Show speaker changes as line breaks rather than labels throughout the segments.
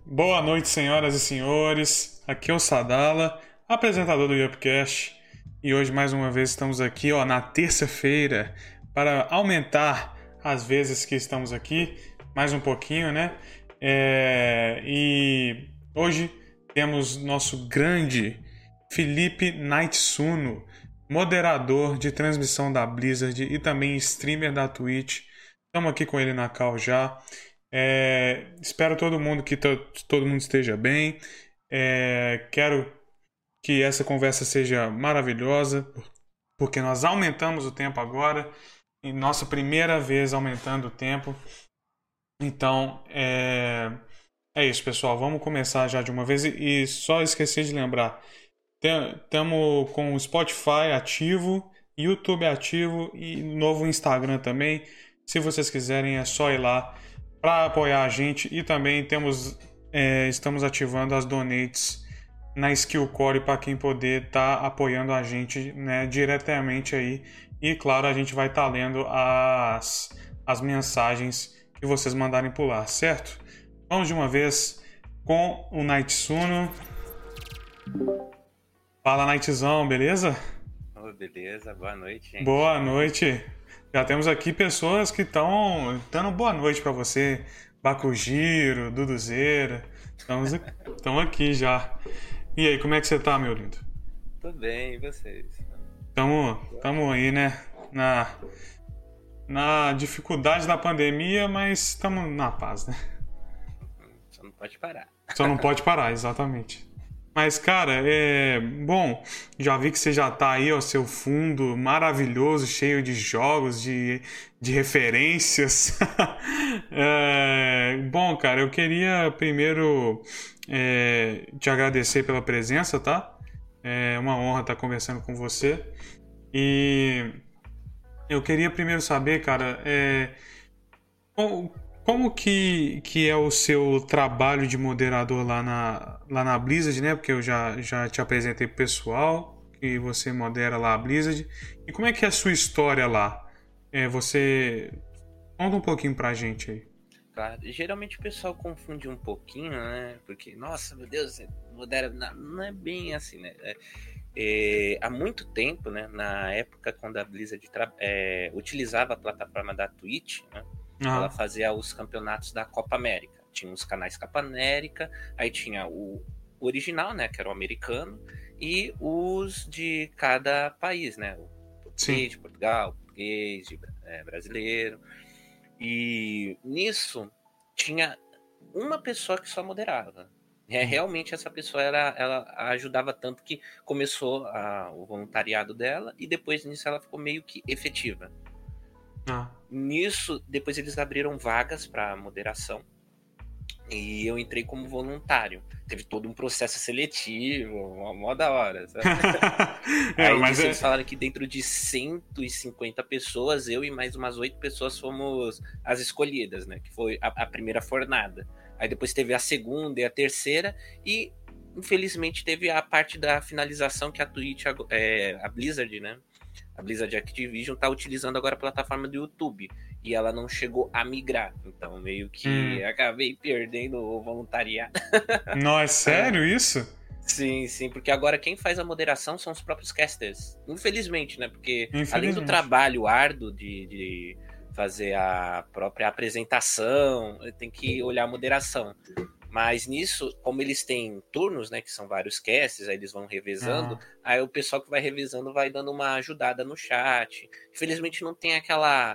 Boa noite, senhoras e senhores. Aqui é o Sadala, apresentador do Upcast. E hoje, mais uma vez, estamos aqui na terça-feira para aumentar as vezes que estamos aqui, mais um pouquinho, né? E hoje temos nosso grande Felipe Nightsuno, moderador de transmissão da Blizzard e também streamer da Twitch. Estamos aqui com ele na call já. Espero todo mundo que todo mundo esteja bem. Quero que essa conversa seja maravilhosa, porque nós aumentamos o tempo agora, e nossa primeira vez aumentando o tempo. Então, é isso, pessoal. Vamos começar já de uma vez. E só esqueci de lembrar, estamos com o Spotify ativo, YouTube ativo e novo Instagram também. Se vocês quiserem, é só ir lá para apoiar a gente. E também estamos ativando as donates na Skill Core para quem poder estar apoiando a gente, né, diretamente aí. E claro, a gente vai estar lendo as mensagens que vocês mandarem por lá, certo? Vamos de uma vez com o Nightsuno. Fala, Nightzão, beleza?
Oh, beleza, boa noite, gente.
Boa noite. Já temos aqui pessoas que estão dando boa noite para você. Bacugiro, Duduzeira. Estamos aqui já. E aí, como é que você tá, meu lindo?
Tô bem, e vocês?
Tamo aí, né? Na dificuldade da pandemia, mas estamos na paz, né?
Só não pode parar.
Só não pode parar, exatamente. Mas, cara, bom, já vi que você já tá aí, ó, seu fundo maravilhoso, cheio de jogos, de referências. Bom, cara, eu queria primeiro te agradecer pela presença, tá? É uma honra estar conversando com você. E eu queria primeiro saber, cara, como que é o seu trabalho de moderador lá na Blizzard, né? Porque eu já te apresentei pro pessoal que você modera lá a Blizzard. E como é que é a sua história lá? Você conta um pouquinho pra gente aí.
Claro, geralmente o pessoal confunde um pouquinho, né? Porque, nossa, meu Deus, você modera... Não é bem assim, né? Há muito tempo, né? Na época quando a Blizzard utilizava a plataforma da Twitch, né? Ela fazia os campeonatos da Copa América. Tinha os canais Copa América, aí tinha o original, né, que era o americano, e os de cada país, né? O português de Portugal, o português de brasileiro. E nisso tinha uma pessoa que só moderava. Realmente essa pessoa ela ajudava tanto que começou o voluntariado dela e depois nisso ela ficou meio que efetiva. Nisso, depois eles abriram vagas para moderação e eu entrei como voluntário. Teve todo um processo seletivo, mó da hora, sabe? Aí eles falaram que dentro de 150 pessoas, eu e mais umas 8 pessoas fomos as escolhidas, né? Que foi a primeira fornada. Aí depois teve a segunda e a terceira e infelizmente teve a parte da finalização que a Twitch, a Blizzard, né? A Blizzard Activision tá utilizando agora a plataforma do YouTube e ela não chegou a migrar, então meio que acabei perdendo o voluntariado.
Não, é sério isso?
Sim, porque agora quem faz a moderação são os próprios casters, infelizmente, né? Porque além do trabalho árduo de fazer a própria apresentação, tem que olhar a moderação. Mas nisso, como eles têm turnos, né, que são vários casts, aí eles vão revezando, aí o pessoal que vai revezando vai dando uma ajudada no chat. Infelizmente não tem aquela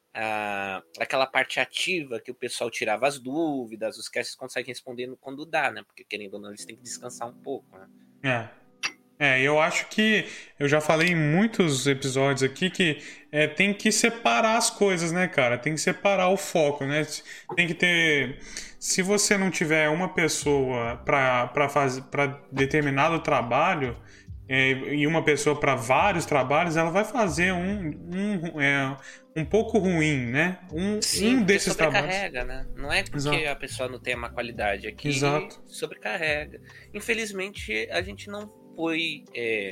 parte ativa que o pessoal tirava as dúvidas, os casts conseguem responder quando dá, né, porque querendo ou não eles têm que descansar um pouco, né.
Eu acho que eu já falei em muitos episódios aqui que tem que separar as coisas, né, cara? Tem que separar o foco, né? Tem que ter. Se você não tiver uma pessoa para determinado trabalho e uma pessoa para vários trabalhos, ela vai fazer um pouco ruim, né?
Sim,
desses trabalhos.
Sobrecarrega, né? Não é porque a pessoa não tem uma qualidade, é que sobrecarrega. Infelizmente, a gente não foi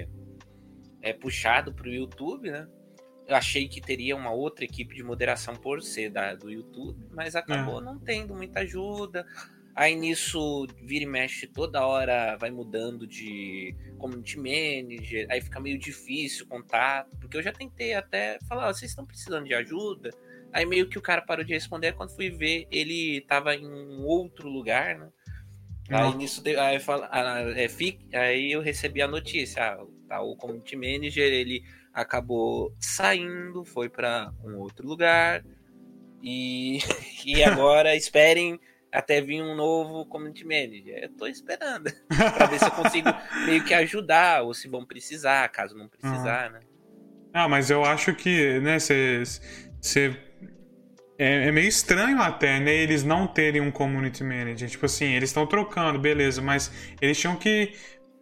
puxado para o YouTube, né? Eu achei que teria uma outra equipe de moderação por ser do YouTube, mas acabou não tendo muita ajuda. Aí nisso, vira e mexe, toda hora vai mudando de community manager, aí fica meio difícil o contato, porque eu já tentei até falar, vocês estão precisando de ajuda? Aí meio que o cara parou de responder, quando fui ver, ele tava em um outro lugar, né? Aí nisso, aí eu recebi a notícia, tá, o community manager, ele acabou saindo, foi para um outro lugar, e agora esperem até vir um novo community manager. Eu tô esperando para ver se eu consigo meio que ajudar, ou se vão precisar, caso não precisar, né?
Mas eu acho que, né, é meio estranho até, né, eles não terem um community manager. Tipo assim, eles estão trocando, beleza, mas eles tinham que...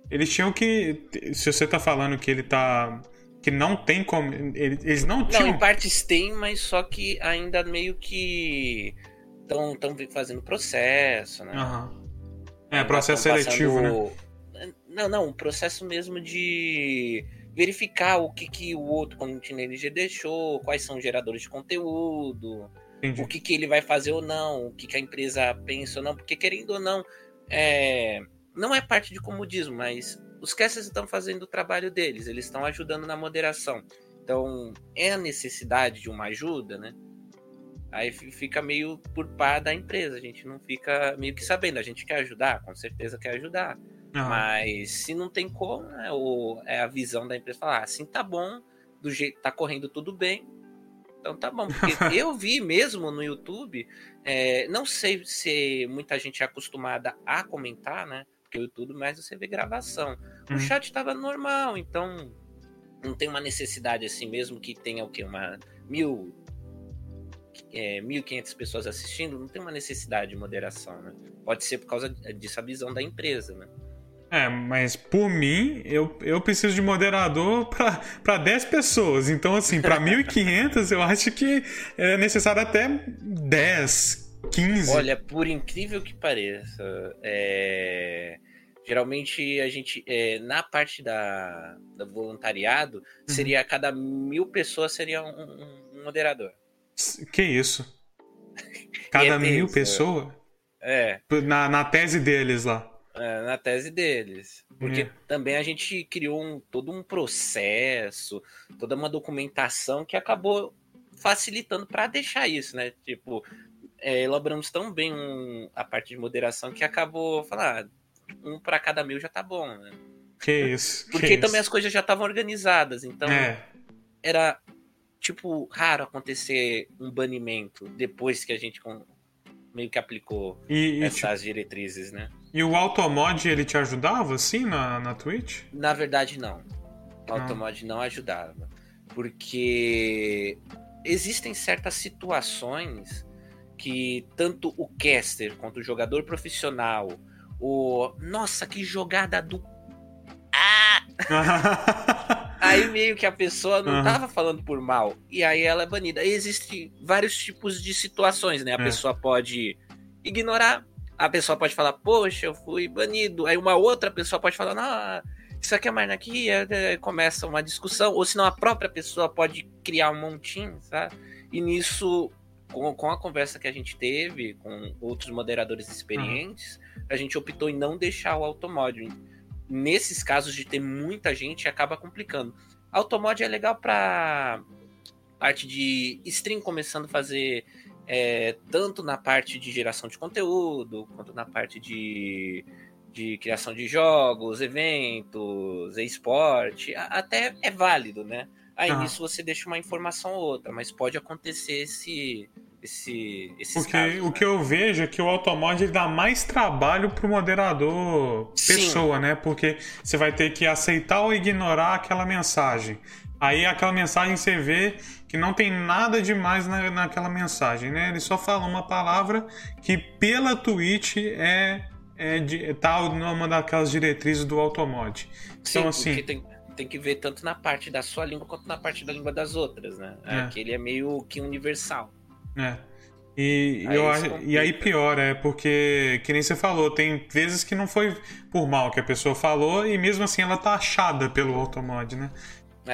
Se você tá falando que ele tá... Que não tem como... Eles não tinham...
Não, em partes tem, mas só que ainda meio que... Estão fazendo processo, né?
Processo seletivo,
né? Não, processo mesmo de verificar o que o outro community manager deixou, quais são os geradores de conteúdo,
Entendi.
o que ele vai fazer ou não, o que a empresa pensa ou não, porque querendo ou não, não é parte de comodismo, mas os casters estão fazendo o trabalho deles, eles estão ajudando na moderação. Então, é a necessidade de uma ajuda, né? Aí fica meio por par da empresa, a gente não fica meio que sabendo, a gente quer ajudar, com certeza quer ajudar, mas se não tem como, né, ou é a visão da empresa falar, assim tá bom, do jeito tá correndo tudo bem, então tá bom, porque eu vi mesmo no YouTube, não sei se muita gente é acostumada a comentar, né, porque o YouTube mais você vê gravação, o chat tava normal, então não tem uma necessidade assim, mesmo que tenha o quê, 1.500 pessoas assistindo, não tem uma necessidade de moderação, né? Pode ser por causa disso a visão da empresa, né?
Mas por mim, eu preciso de moderador para 10 pessoas. Então, assim, para 1.500, eu acho que é necessário até 10, 15.
Olha, por incrível que pareça, geralmente a gente, na parte do voluntariado, seria a cada 1.000 pessoas seria um moderador.
Que isso? Cada 1.000 pessoas? Na tese deles lá.
Na tese deles. Porque também a gente criou todo um processo, toda uma documentação que acabou facilitando para deixar isso, né? Tipo, elaboramos tão bem a parte de moderação que acabou falando, um para cada 1.000 já tá bom, né?
Que isso.
Porque também as coisas já estavam organizadas, então era tipo raro acontecer um banimento depois que a gente meio que aplicou essas diretrizes, né?
E o Automod, ele te ajudava, assim, na Twitch?
Na verdade, não. O Automod não ajudava. Porque existem certas situações que tanto o caster quanto o jogador profissional, nossa, que jogada do... Aí meio que a pessoa não tava falando por mal, e aí ela é banida. E existem vários tipos de situações, né? A pessoa pode ignorar, a pessoa pode falar, poxa, eu fui banido. Aí uma outra pessoa pode falar, não, isso aqui é uma anarquia, começa uma discussão. Ou senão a própria pessoa pode criar um montinho, sabe? E nisso, com a conversa que a gente teve com outros moderadores experientes, a gente optou em não deixar o Automod. Nesses casos de ter muita gente, acaba complicando. Automod é legal para parte de stream, começando a fazer tanto na parte de geração de conteúdo, quanto na parte de criação de jogos, eventos, esporte. Até é válido, né? Aí nisso você deixa uma informação ou outra, mas pode acontecer esses
porque
casos,
o que eu vejo é que o Automod ele dá mais trabalho pro moderador pessoa, né? Porque você vai ter que aceitar ou ignorar aquela mensagem. Aí aquela mensagem você vê que não tem nada demais naquela mensagem, né? Ele só fala uma palavra que pela Twitch tá numa daquelas diretrizes do Automod. Então,
sim, assim, tem que ver tanto na parte da sua língua quanto na parte da língua das outras, né? Que ele é meio que universal.
E aí pior, porque, que nem você falou, tem vezes que não foi por mal que a pessoa falou e mesmo assim ela tá achada pelo Automod, né?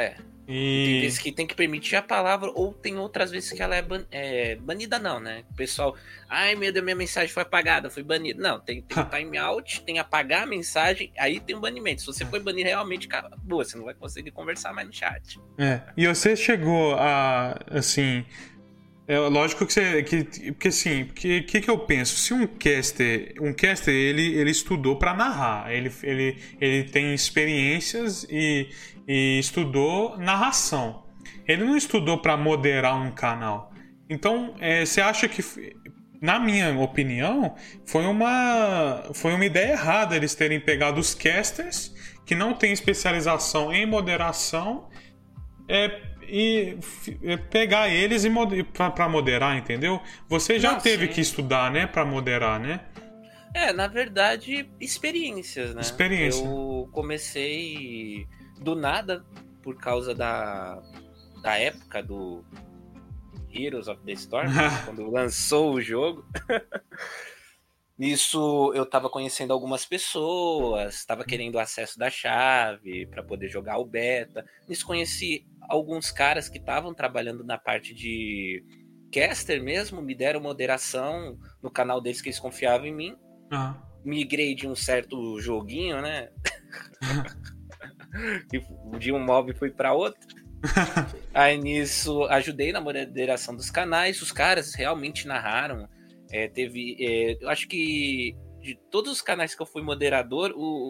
Tem
E
vezes que tem que permitir a palavra, ou tem outras vezes que ela é banida, não, né? O pessoal, ai meu Deus, minha mensagem foi apagada, foi banida. Não, tem o time out, tem apagar a mensagem, aí tem o banimento. Se você foi banido, realmente acabou, você não vai conseguir conversar mais no chat.
e você chegou a, assim, é lógico que você, porque assim, que eu penso? Se um caster ele estudou para narrar, ele tem experiências e estudou narração. Ele não estudou para moderar um canal. Então, você acha que, na minha opinião, foi uma ideia errada eles terem pegado os casters que não têm especialização em moderação e pegar eles para moderar, entendeu? Você já
Não,
teve
sim.
que estudar, né, para moderar, né?
Na verdade, experiências, né?
Experiência.
Eu comecei do nada por causa da época do Heroes of the Storm, quando lançou o jogo. Nisso eu tava conhecendo algumas pessoas, tava querendo o acesso da chave para poder jogar o beta. Nisso conheci alguns caras que estavam trabalhando na parte de caster mesmo, me deram moderação no canal deles que eles confiavam em mim. Migrei de um certo joguinho, né? De um mob fui para outro. Aí nisso ajudei na moderação dos canais, os caras realmente narraram. Eu acho que de todos os canais que eu fui moderador,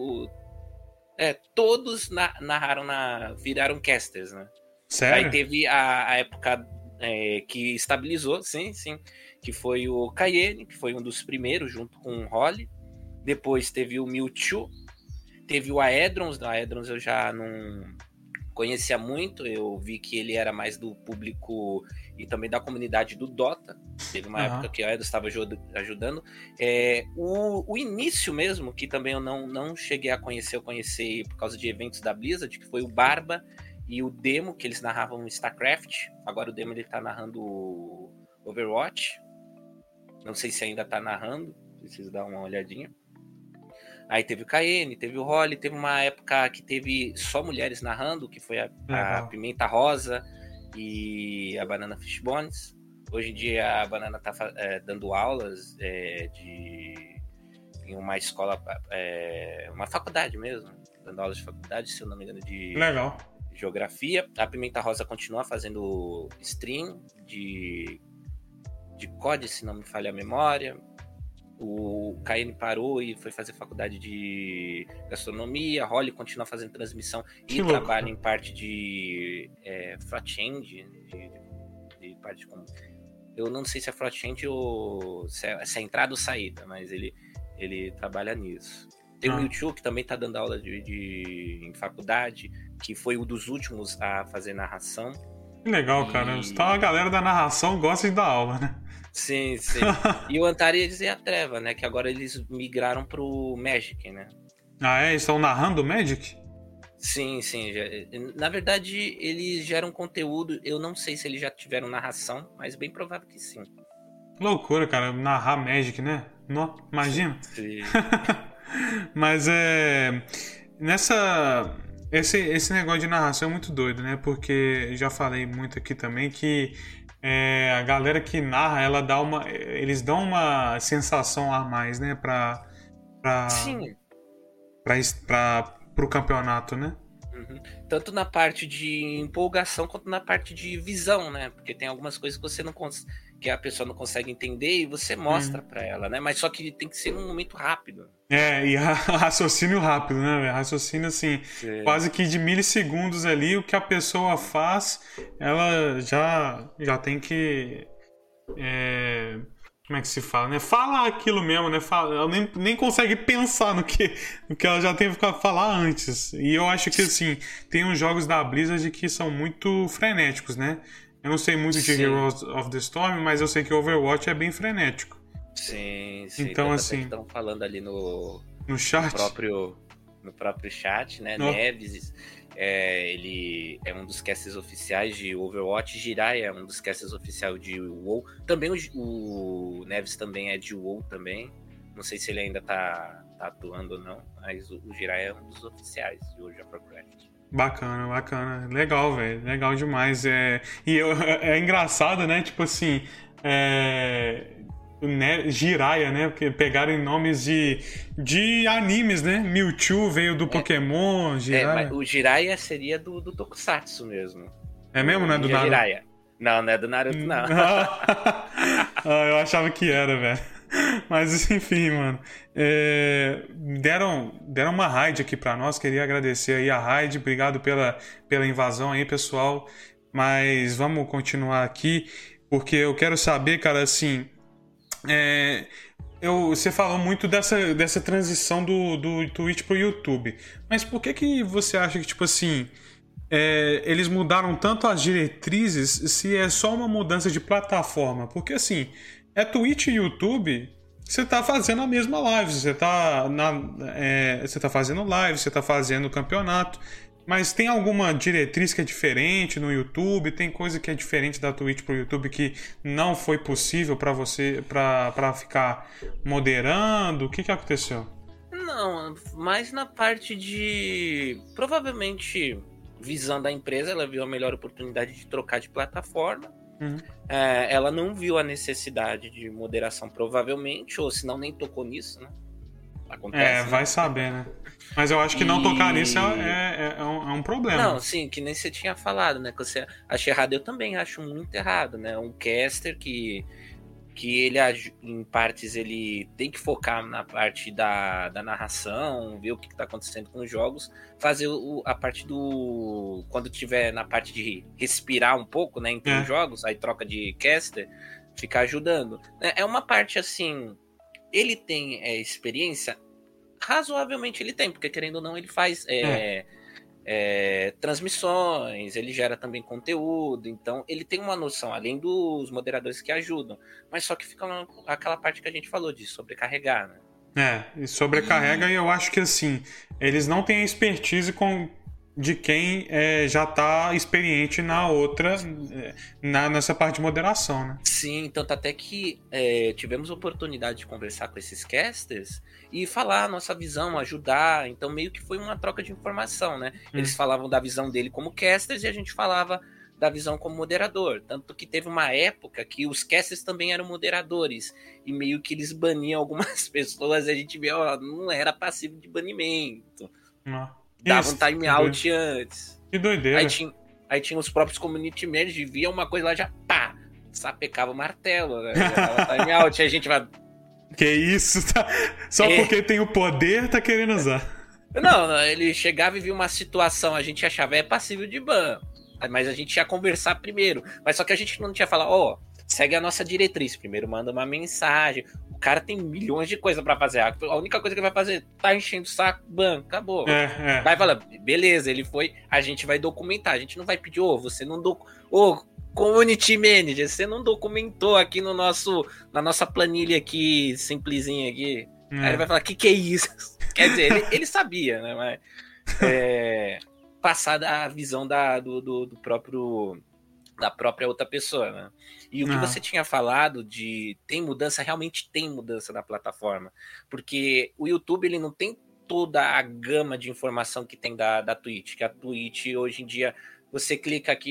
todos narraram, viraram casters, né? Aí
Sério?
teve a época que estabilizou, sim, que foi o Cayenne, que foi um dos primeiros, junto com o Holly. Depois teve o Mewtwo, teve o Aedrons eu já não conhecia muito, eu vi que ele era mais do público e também da comunidade do Dota. Teve uma época que o Aedrons estava ajudando. O início mesmo, que também eu não cheguei a conhecer, eu conheci por causa de eventos da Blizzard, que foi o Barba e o Demo, que eles narravam StarCraft. Agora o Demo ele tá narrando Overwatch. Não sei se ainda tá narrando, preciso dar uma olhadinha. Aí teve o KN, teve o Holly, teve uma época que teve só mulheres narrando, que foi a Pimenta Rosa e a Banana Fishbones. Hoje em dia a Banana tá dando aulas em uma escola, uma faculdade mesmo, dando aulas de faculdade, se eu não me engano, de geografia. A Pimenta Rosa continua fazendo stream de COD, se não me falha a memória. O KN parou e foi fazer faculdade de gastronomia. A Holly continua fazendo transmissão e trabalha em parte de front-end, de parte como... Eu não sei se é front-end ou se é entrada ou saída, mas ele trabalha nisso. Tem o Mewtwo, que também está dando aula em faculdade, que foi um dos últimos a fazer narração.
Que legal, cara. Então a galera da narração gosta de dar aula, né?
Sim. E o Antares e a Treva, né? Que agora eles migraram pro Magic, né?
Estão narrando o Magic?
Sim. Na verdade, eles geram conteúdo. Eu não sei se eles já tiveram narração, mas bem provável que sim.
Loucura, cara. Narrar Magic, né? Imagina.
Sim.
Mas esse negócio de narração é muito doido, né? Porque já falei muito aqui também que a galera que narra, eles dão uma sensação a mais, né?
Sim.
Pro campeonato, né?
Uhum. Tanto na parte de empolgação quanto na parte de visão, né? Porque tem algumas coisas que você não que a pessoa não consegue entender e você mostra pra ela, né? Mas só que tem que ser num momento rápido.
E raciocínio rápido, né, velho? Raciocínio assim, quase que de milissegundos ali, o que a pessoa faz, ela já tem que. Como é que se fala, né? Fala aquilo mesmo, né? Ela nem consegue pensar no que ela já tem que falar antes. E eu acho que, assim, tem uns jogos da Blizzard que são muito frenéticos, né? Eu não sei muito de Heroes of the Storm, mas eu sei que Overwatch é bem frenético.
Sim.
Então, assim...
Estão falando ali no
chat?
No próprio chat, né? Neves... ele é um dos casters oficiais de Overwatch. Jiraiya é um dos casters oficiais de WoW. Também o Neves também é de WoW também. Não sei se ele ainda tá atuando ou não, mas o Jiraiya é um dos oficiais de World of Warcraft.
Bacana, bacana. Legal, velho. Legal demais. É engraçado, né? Tipo assim, né? Jiraiya, né? Porque pegaram nomes de animes, né? Mewtwo veio do Pokémon,
Mas
Jiraiya.
o Jiraiya seria do Tokusatsu mesmo.
É mesmo, né? Do
Ninja
Naruto.
Jiraiya. Não é do Naruto, não.
Eu achava que era, velho. Mas enfim, mano. Deram uma raid aqui pra nós. Queria agradecer aí a raid. Obrigado pela invasão aí, pessoal. Mas vamos continuar aqui. Porque eu quero saber, cara, assim. Você falou muito dessa transição do Twitch pro YouTube. Mas por que você acha que, tipo assim. Eles mudaram tanto as diretrizes se é só uma mudança de plataforma? Porque assim, Twitch e YouTube, você tá fazendo a mesma live, você tá fazendo live, você tá fazendo campeonato, mas tem alguma diretriz que é diferente no YouTube? Tem coisa que é diferente da Twitch pro YouTube que não foi possível para você para ficar moderando? O que aconteceu?
Não, mais na parte de... Provavelmente, visão da empresa, ela viu a melhor oportunidade de trocar de plataforma.
Uhum.
Ela não viu a necessidade de moderação, provavelmente, ou senão nem tocou nisso, né? Acontece,
Vai
né?
saber, né? Mas eu acho que não tocar nisso é um problema.
Não, sim, que nem você tinha falado, né? Que você acha errado, eu também acho muito errado, né? Um caster que ele, em partes, ele tem que focar na parte da narração, ver o que está acontecendo com os jogos, fazer a parte do... Quando tiver na parte de respirar um pouco, né, entre os jogos, aí troca de caster, ficar ajudando. É uma parte, assim, ele tem experiência, razoavelmente ele tem, porque querendo ou não, ele faz... transmissões, ele gera também conteúdo, então ele tem uma noção, além dos moderadores que ajudam, mas só que fica aquela parte que a gente falou de sobrecarregar, né?
E sobrecarrega, e eu acho que assim, eles não têm a expertise de quem já está experiente na outra, nessa parte de moderação, né?
Sim, tanto até que tivemos oportunidade de conversar com esses casters e falar a nossa visão, ajudar, então meio que foi uma troca de informação, né? Eles falavam da visão dele como casters e a gente falava da visão como moderador, tanto que teve uma época que os casters também eram moderadores e meio que eles baniam algumas pessoas e a gente viu, não era passivo de banimento, dava um time out antes.
Que doideira.
Aí tinha os próprios community managers, via uma coisa lá, já pá, sapecava o martelo, né? Já dava time out, aí a gente vai...
Que isso, tá? Só porque tem o poder, tá querendo usar.
Não, ele chegava e via uma situação, a gente achava, passível de ban, mas a gente ia conversar primeiro, mas só que a gente não tinha falado, segue a nossa diretriz, primeiro manda uma mensagem, o cara tem milhões de coisas pra fazer, a única coisa que ele vai fazer, tá enchendo o saco, ban, acabou. Vai falar, beleza, ele foi, a gente vai documentar, a gente não vai pedir, você não community manager, você não documentou aqui na nossa planilha aqui, simplesinha aqui. Aí ele vai falar, que é isso? Quer dizer, ele sabia, né? Mas passar a visão do próprio... da própria outra pessoa, né? E o que você tinha falado de tem mudança, realmente tem mudança na plataforma. Porque o YouTube, ele não tem toda a gama de informação que tem da Twitch. Que a Twitch, hoje em dia, você clica aqui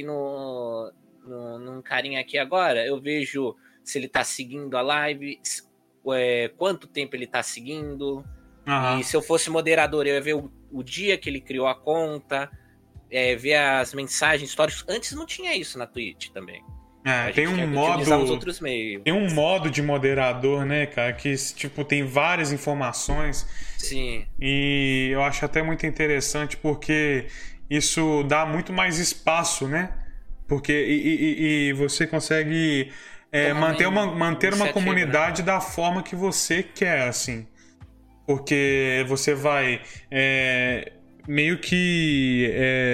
num carinha aqui agora, eu vejo se ele tá seguindo a live, quanto tempo ele tá seguindo. E se eu fosse moderador, eu ia ver o dia que ele criou a conta, ver as mensagens, stories. Antes não tinha isso na Twitch também.
Tem um modo.
Os outros meios.
Tem um modo de moderador, né, cara, que tipo tem várias informações.
Sim.
E eu acho até muito interessante porque isso dá muito mais espaço, né? Porque e você consegue manter uma comunidade, né, da forma que você quer, assim. Porque você vai meio que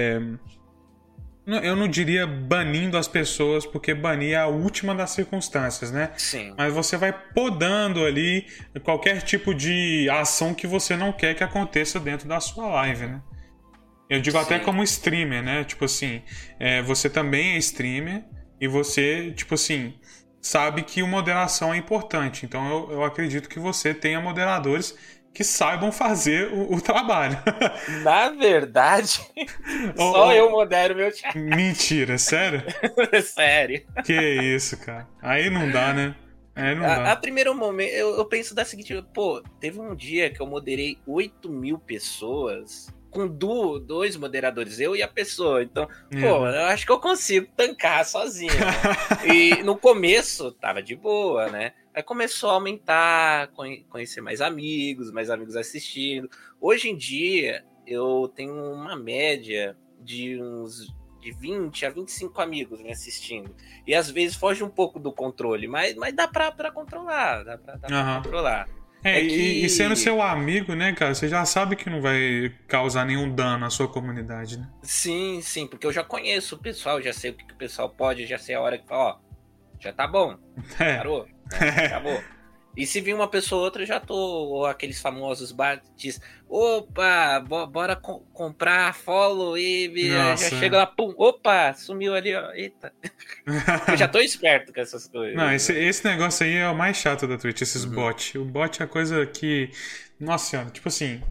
eu não diria banindo as pessoas, porque banir é a última das circunstâncias, né?
Sim.
Mas você vai podando ali qualquer tipo de ação que você não quer que aconteça dentro da sua live, né? Eu digo até como streamer, né? Tipo assim, você também é streamer e você, tipo assim, sabe que a moderação é importante. Então eu acredito que você tenha moderadores que saibam fazer o trabalho.
Na verdade, só eu modero meu chat.
Mentira, sério?
Sério.
Que isso, cara. Aí não dá, né? Aí não dá.
A primeiro momento, eu penso da seguinte, pô, teve um dia que eu moderei 8.000 pessoas com dois moderadores, eu e a pessoa. Então, pô, eu acho que eu consigo tancar sozinho, né? E no começo tava de boa, né? Aí começou a aumentar, conhecer mais amigos assistindo. Hoje em dia, eu tenho uma média de 20 a 25 amigos me assistindo. E às vezes foge um pouco do controle, mas dá pra controlar. Dá pra controlar.
E sendo seu amigo, né, cara, você já sabe que não vai causar nenhum dano à sua comunidade, né?
Sim, porque eu já conheço o pessoal, já sei o que o pessoal pode, já sei a hora que fala, ó, já tá bom, parou, né? Acabou. E se vir uma pessoa ou outra, eu já tô aqueles famosos bates. Opa, bora comprar follow e já chega lá, pum, opa, sumiu ali, ó, eita. Eu já tô esperto com essas coisas.
Não, esse negócio aí é o mais chato da Twitch, esses bots. O bot é a coisa que... Nossa senhora, tipo assim...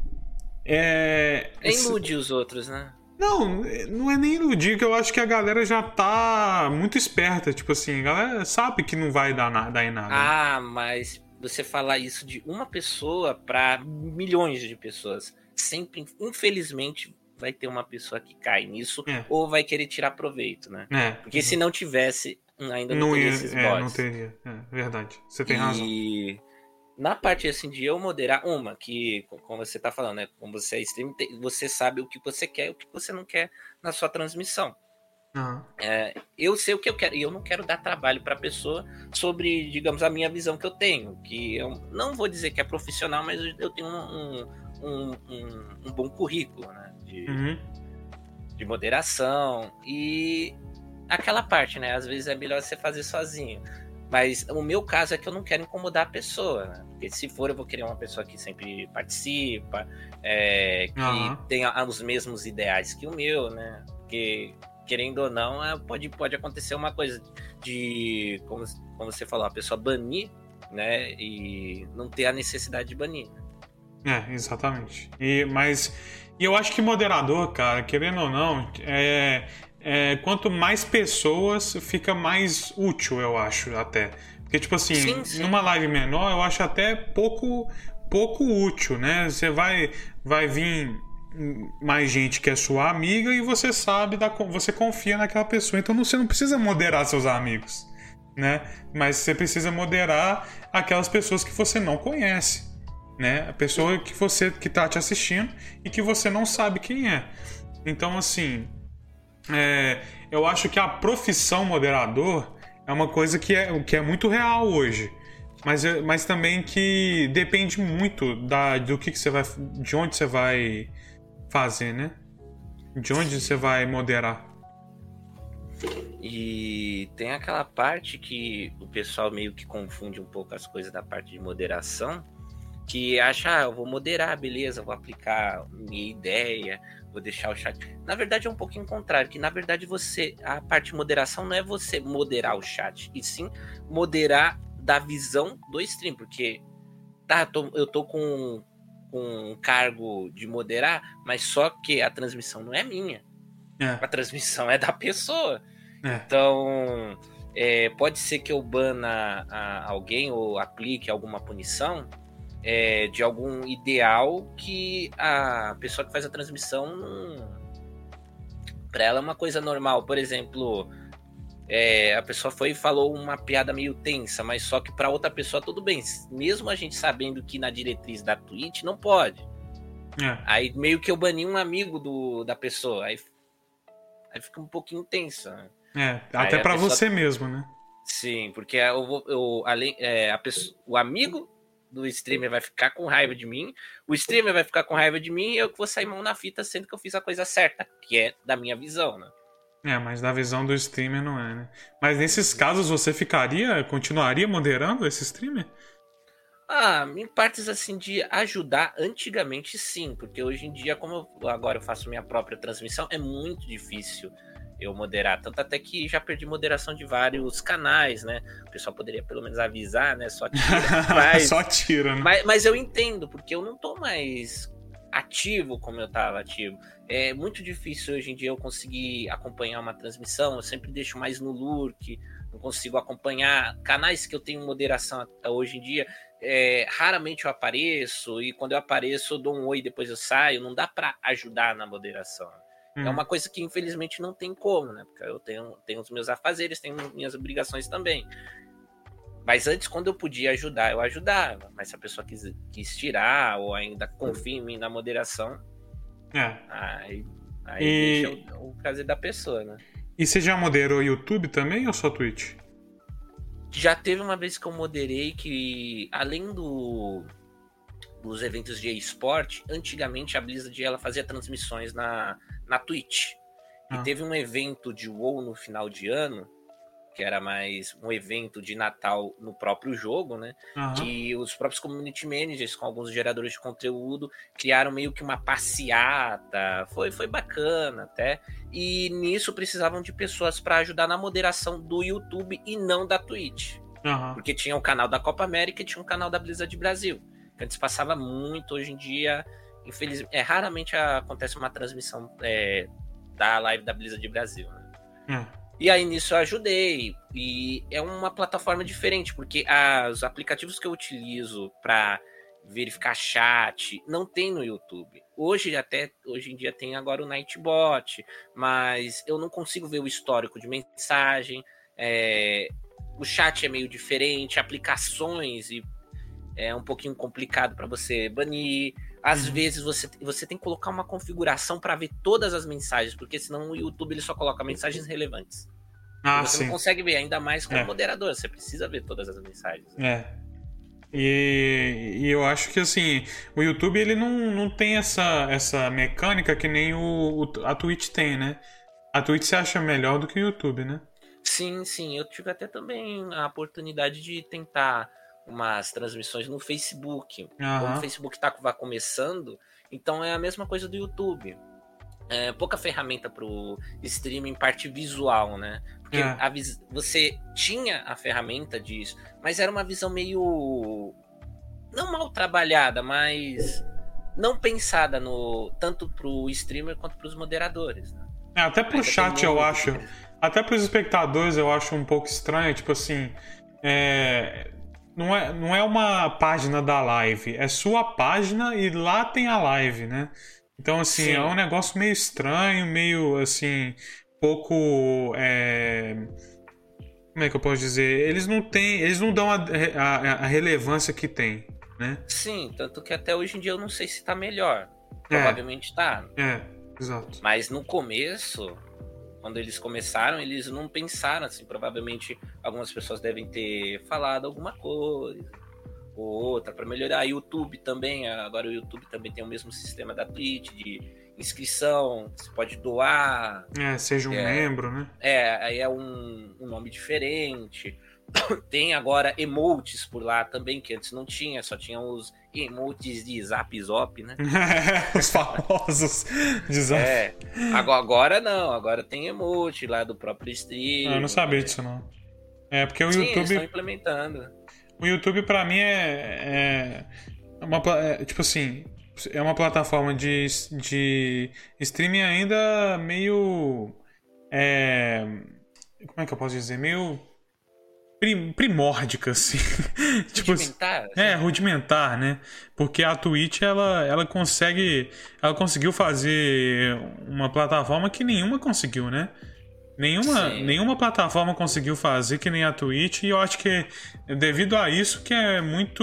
Ilude os outros, né?
Não é nem iludir, que eu acho que a galera já tá muito esperta. Tipo assim, a galera sabe que não vai dar em nada.
Ah, mas você falar isso de uma pessoa pra milhões de pessoas, sempre, infelizmente, vai ter uma pessoa que cai nisso ou vai querer tirar proveito, né? Porque se não tivesse, ainda não teria esses bots.
Não teria, verdade. Você tem razão.
E na parte assim de eu moderar, que, como você tá falando, né? Como você é streamer, você sabe o que você quer e o que você não quer na sua transmissão. Eu sei o que eu quero e eu não quero dar trabalho para a pessoa sobre, digamos, a minha visão que eu tenho, que eu não vou dizer que é profissional, mas eu tenho um bom currículo, né, de moderação e aquela parte, né, às vezes é melhor você fazer sozinho, mas o meu caso é que eu não quero incomodar a pessoa, né? Porque se for eu vou querer uma pessoa que sempre participa, que tenha os mesmos ideais que o meu, né, porque querendo ou não, pode acontecer uma coisa de, como você falou, a pessoa banir, né, e não ter a necessidade de banir.
Exatamente. Mas eu acho que moderador, cara, querendo ou não, quanto mais pessoas, fica mais útil, eu acho, até. Porque, tipo assim, sim. Numa live menor, eu acho até pouco útil, né? Você vai vir mais gente que é sua amiga e você sabe, você confia naquela pessoa, então você não precisa moderar seus amigos, né? Mas você precisa moderar aquelas pessoas que você não conhece, né? A pessoa que tá te assistindo e que você não sabe quem é. Então, assim, eu acho que a profissão moderador é uma coisa que é muito real hoje. Mas também que depende muito do que você vai, de onde você vai fazer, né? De onde você vai moderar.
E tem aquela parte que o pessoal meio que confunde um pouco as coisas da parte de moderação, que acha, eu vou moderar, beleza, vou aplicar minha ideia, vou deixar o chat. Na verdade é um pouquinho contrário, que na verdade a parte de moderação não é você moderar o chat, e sim moderar da visão do stream, porque eu tô com um cargo de moderar, mas só que a transmissão não é minha. A transmissão é da pessoa. Então, pode ser que eu bana alguém ou aplique alguma punição de algum ideal que a pessoa que faz a transmissão para ela é uma coisa normal. Por exemplo, a pessoa foi e falou uma piada meio tensa, mas só que para outra pessoa tudo bem, mesmo a gente sabendo que na diretriz da Twitch não pode. Aí meio que eu bani um amigo da pessoa, aí fica um pouquinho tenso, né?
Até para você mesmo, né?
Sim, porque o amigo do streamer vai ficar com raiva de mim, o streamer vai ficar com raiva de mim e eu que vou sair mão na fita sendo que eu fiz a coisa certa, que é da minha visão, né?
Mas da visão do streamer não é, né? Mas nesses casos você continuaria moderando esse streamer?
Em partes assim de ajudar, antigamente sim, porque hoje em dia, como agora eu faço minha própria transmissão, é muito difícil eu moderar. Tanto até que já perdi moderação de vários canais, né? O pessoal poderia pelo menos avisar, né? Só tira.
Só tira, né?
Mas eu entendo, porque eu não tô mais ativo como eu tava ativo. É muito difícil hoje em dia eu conseguir acompanhar uma transmissão. Eu sempre deixo mais no lurk, não consigo acompanhar. Canais que eu tenho moderação hoje em dia, raramente eu apareço, e quando eu apareço eu dou um oi e depois eu saio. Não dá para ajudar na moderação. É uma coisa que infelizmente não tem como, né? Porque eu tenho os meus afazeres, tenho minhas obrigações também. Mas antes, quando eu podia ajudar, eu ajudava. Mas se a pessoa quis tirar ou ainda confia em mim na moderação, aí deixa o prazer da pessoa, né?
E você já moderou YouTube também ou só Twitch?
Já teve uma vez que eu moderei que, além dos eventos de eSport, antigamente a Blizzard ela fazia transmissões na Twitch. E teve um evento de WoW no final de ano, que era mais um evento de Natal no próprio jogo, né? Que os próprios community managers, com alguns geradores de conteúdo, criaram meio que uma passeata. Foi bacana até. E nisso precisavam de pessoas para ajudar na moderação do YouTube e não da Twitch. Porque tinha o canal da Copa América e tinha o canal da Blizzard Brasil. Antes passava muito, hoje em dia, infelizmente, raramente acontece uma transmissão da live da Blizzard Brasil, né? E aí nisso eu ajudei. E é uma plataforma diferente, porque os aplicativos que eu utilizo para verificar chat não tem no YouTube. Hoje em dia tem agora o Nightbot, mas eu não consigo ver o histórico de mensagem. O chat é meio diferente, aplicações é um pouquinho complicado para você banir. Às vezes você tem que colocar uma configuração para ver todas as mensagens, porque senão o YouTube ele só coloca mensagens relevantes. Você não consegue ver, ainda mais como moderador. Você precisa ver todas as mensagens.
E eu acho que assim, o YouTube ele não tem essa mecânica que nem a Twitch tem, né? A Twitch você acha melhor do que o YouTube, né?
Sim. Eu tive até também a oportunidade de tentar umas transmissões no Facebook. Como o Facebook tá começando, então é a mesma coisa do YouTube. Pouca ferramenta pro streaming parte visual, né? Porque você tinha a ferramenta disso, mas era uma visão meio não mal trabalhada, mas não pensada tanto pro streamer quanto pros moderadores, né?
Até pro chat eu acho, até pros espectadores eu acho um pouco estranho, tipo assim, não é uma página da live, é sua página e lá tem a live, né? Então, assim, é um negócio meio estranho, meio, assim, pouco... Como é que eu posso dizer? Eles não dão a relevância que tem, né?
Sim, tanto que até hoje em dia eu não sei se tá melhor. Provavelmente tá.
Exato.
Mas no começo, quando eles começaram, eles não pensaram, assim, provavelmente algumas pessoas devem ter falado alguma coisa ou outra para melhorar. YouTube também, agora o YouTube também tem o mesmo sistema da Twitch de inscrição, você pode doar.
Seja um membro, né?
Aí é um nome diferente. Tem agora emotes por lá também, que antes não tinha, só tinha os emotes de Zap Zop, né?
Os famosos de Zap.
Agora não, agora tem emote lá do próprio stream.
Eu não sabia disso, não. Porque o YouTube...
eles estão implementando.
O YouTube, pra mim, tipo assim, é uma plataforma de streaming ainda meio... como é que eu posso dizer? Meio primórdica, assim. Tipo,
rudimentar?
Rudimentar, né? Porque a Twitch, ela conseguiu fazer uma plataforma que nenhuma conseguiu, né? Nenhuma plataforma conseguiu fazer que nem a Twitch, e eu acho que é devido a isso que é muito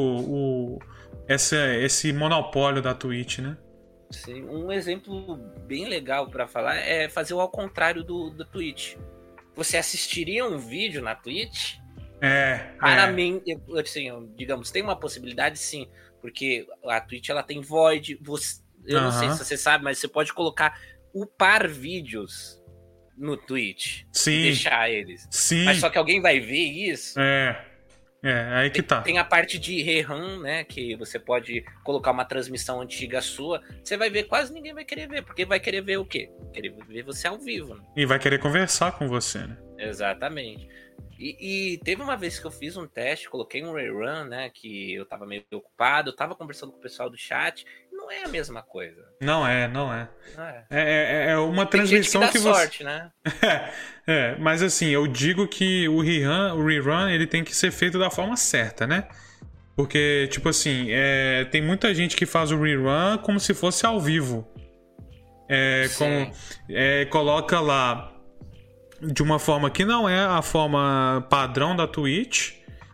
esse monopólio da Twitch, né?
Sim, um exemplo bem legal para falar é fazer o ao contrário do Twitch. Você assistiria um vídeo na Twitch? Raramente, assim, digamos, tem uma possibilidade sim, porque a Twitch ela tem void, eu não sei se você sabe, mas você pode colocar upar vídeos no Twitch.
Sim.
E deixar eles.
Sim.
Mas só que alguém vai ver isso.
Aí que tá.
Tem a parte de rerun, né? Que você pode colocar uma transmissão antiga sua. Você vai ver, quase ninguém vai querer ver. Porque vai querer ver o quê? Querer ver você ao vivo, né?
E vai querer conversar com você, né?
Exatamente. E teve uma vez que eu fiz um teste, coloquei um rerun, né? Que eu tava meio ocupado, eu tava conversando com o pessoal do chat. Não é a mesma coisa.
Não é.
Não é.
É uma
Tem
transmissão
gente que dá
você.
sorte, né?
Mas assim, eu digo que o rerun, ele tem que ser feito da forma certa, né? Porque, tipo assim, tem muita gente que faz o rerun como se fosse ao vivo. Coloca lá de uma forma que não é a forma padrão da Twitch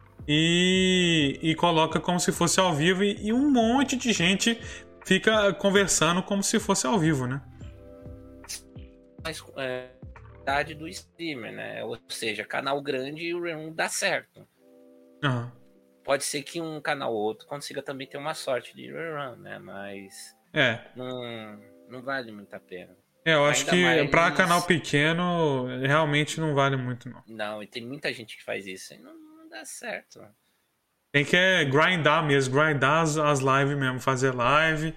e coloca como se fosse ao vivo e um monte de gente fica conversando como se fosse ao vivo, né?
Mas idade do streamer, né? Ou seja, canal grande e o rerun dá certo.
Uhum.
Pode ser que um canal ou outro consiga também ter uma sorte de rerun, né? Mas não vale muito a pena.
Eu acho que pra canal pequeno realmente não vale muito, não.
Não, e tem muita gente que faz isso e não dá certo.
Tem que grindar mesmo, grindar as lives mesmo, fazer live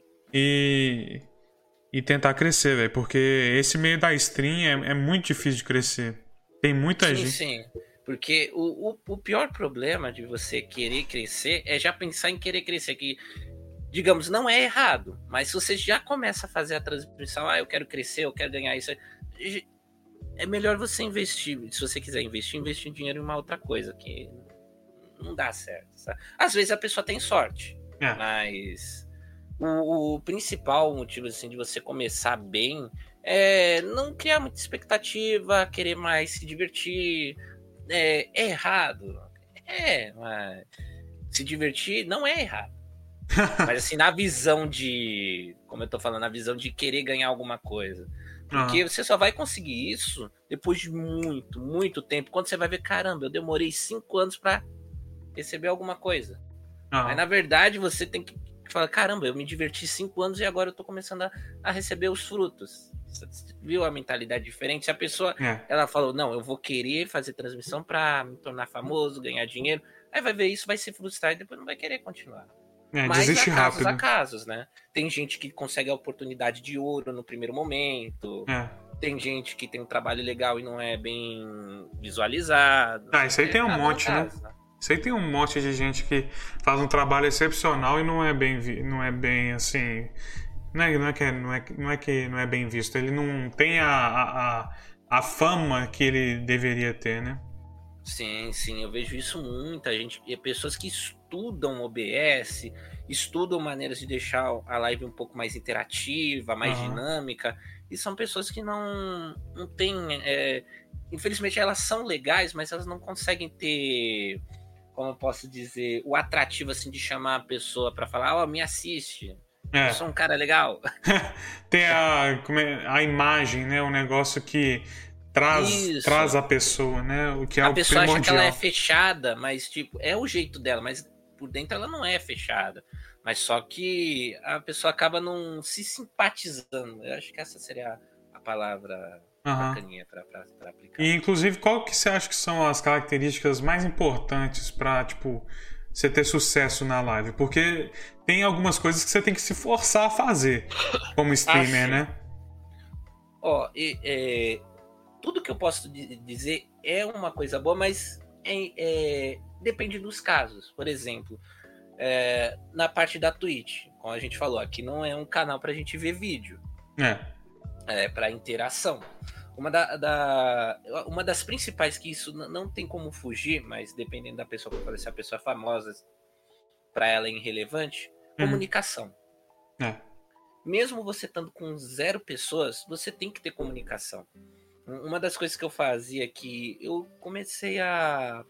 e tentar crescer, velho. Porque esse meio da stream é muito difícil de crescer. Tem muita gente.
Sim. Porque o pior problema de você querer crescer é já pensar em querer crescer. Que, digamos, não é errado. Mas se você já começa a fazer a transmissão, eu quero crescer, eu quero ganhar isso. É melhor você investir. Se você quiser investir dinheiro em uma outra coisa. Que não dá certo. Sabe? Às vezes a pessoa tem sorte. Mas o principal motivo assim, de você começar bem é não criar muita expectativa, querer mais se divertir. É errado. Mas se divertir não é errado. Mas assim, na visão de... Como eu tô falando, na visão de querer ganhar alguma coisa. Porque você só vai conseguir isso depois de muito, muito tempo. Quando você vai ver, caramba, eu demorei 5 anos pra receber alguma coisa. Mas na verdade você tem que falar, caramba, eu me diverti 5 anos e agora eu tô começando a receber os frutos. Você viu a mentalidade diferente? Se a pessoa ela falou, não, eu vou querer fazer transmissão pra me tornar famoso, ganhar dinheiro, aí vai ver isso, vai se frustrar e depois não vai querer continuar. Mas há casos, né? Tem gente que consegue a oportunidade de ouro no primeiro momento. Tem gente que tem um trabalho legal e não é bem visualizado.
Isso aí tem um monte, né? Isso aí tem um monte de gente que faz um trabalho excepcional e não é bem assim. Não é que não é bem visto. Ele não tem a fama que ele deveria ter, né?
Sim, eu vejo isso muita gente. E pessoas que estudam OBS, estudam maneiras de deixar a live um pouco mais interativa, mais dinâmica. E são pessoas que não têm. Infelizmente, elas são legais, mas elas não conseguem ter, como eu posso dizer, o atrativo assim de chamar a pessoa para falar, me assiste. Eu sou um cara legal.
Tem a imagem, né? Um negócio que traz a pessoa, né? O que é
a
o
pessoa
primordial.
acha que ela é fechada, mas tipo, é o jeito dela, mas por dentro ela não é fechada. Mas só que a pessoa acaba não se simpatizando. Eu acho que essa seria a palavra bacaninha pra aplicar.
E inclusive, qual que você acha que são as características mais importantes pra, tipo, você ter sucesso na live? Porque tem algumas coisas que você tem que se forçar a fazer como streamer, né?
Tudo que eu posso dizer é uma coisa boa, mas depende dos casos. Por exemplo, na parte da Twitch, como a gente falou, aqui não é um canal pra gente ver vídeo. É pra interação. Uma das principais, que isso não tem como fugir, mas dependendo da pessoa, se a pessoa é famosa, pra ela é irrelevante, comunicação. Mesmo você estando com 0 pessoas, você tem que ter comunicação. Uma das coisas que eu fazia que eu comecei a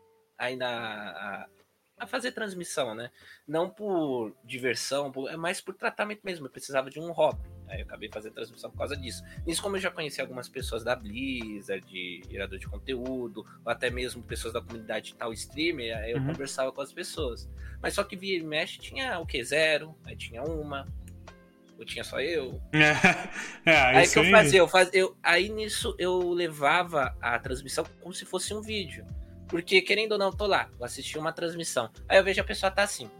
fazer transmissão, né? Não por diversão, mas por tratamento mesmo. Eu precisava de um hobby. Aí eu acabei fazendo transmissão por causa disso. Isso, como eu já conheci algumas pessoas da Blizzard, de gerador de conteúdo, ou até mesmo pessoas da comunidade tal streamer, aí eu conversava com as pessoas. Mas só que via e mexe tinha o quê? 0, aí tinha 1, ou tinha só eu. Aí o que eu fazia? Aí nisso eu levava a transmissão como se fosse um vídeo. Porque, querendo ou não, tô lá, vou assistir uma transmissão. Aí eu vejo a pessoa tá assim.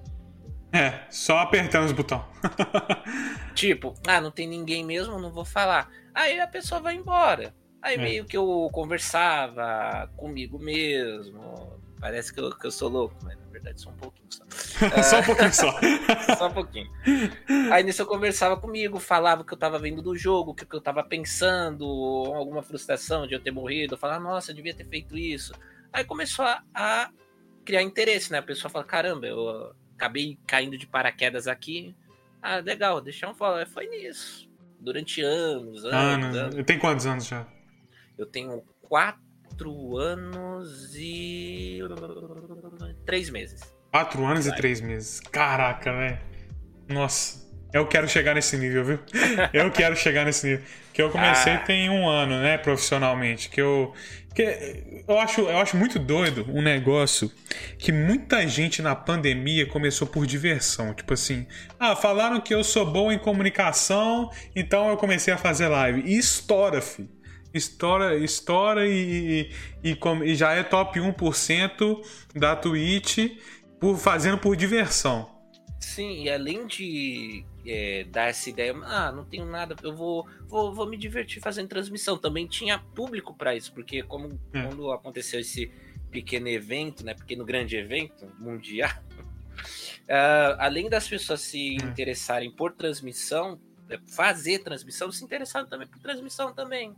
Só apertando os botões.
Tipo, não tem ninguém mesmo, não vou falar. Aí a pessoa vai embora. Aí meio que eu conversava comigo mesmo. Parece que eu sou louco, mas na verdade sou um pouquinho só.
Só um pouquinho só.
Só um pouquinho. Aí nisso eu conversava comigo, falava o que eu tava vendo do jogo, o que eu tava pensando, alguma frustração de eu ter morrido. Eu falava, nossa, eu devia ter feito isso. Aí começou a criar interesse, né? A pessoa fala, caramba, eu acabei caindo de paraquedas aqui. Legal, deixar um follow. Foi nisso. Durante anos.
Tem quantos anos já?
Eu tenho 4 anos e 3 meses.
4 anos e 3 meses. Caraca, velho. Nossa. Eu quero chegar nesse nível, viu? Eu quero chegar nesse nível. Que eu comecei tem 1 ano, né, profissionalmente. Que eu acho muito doido um negócio que muita gente na pandemia começou por diversão. Tipo assim, falaram que eu sou bom em comunicação, então eu comecei a fazer live. E estoura, filho. Estoura e já é top 1% da Twitch fazendo por diversão.
Sim, e além de dar essa ideia, não tenho nada, eu vou me divertir fazendo transmissão. Também tinha público para isso, porque quando aconteceu esse pequeno evento, né, pequeno grande evento mundial, além das pessoas se interessarem por transmissão, fazer transmissão, se interessaram também por transmissão também.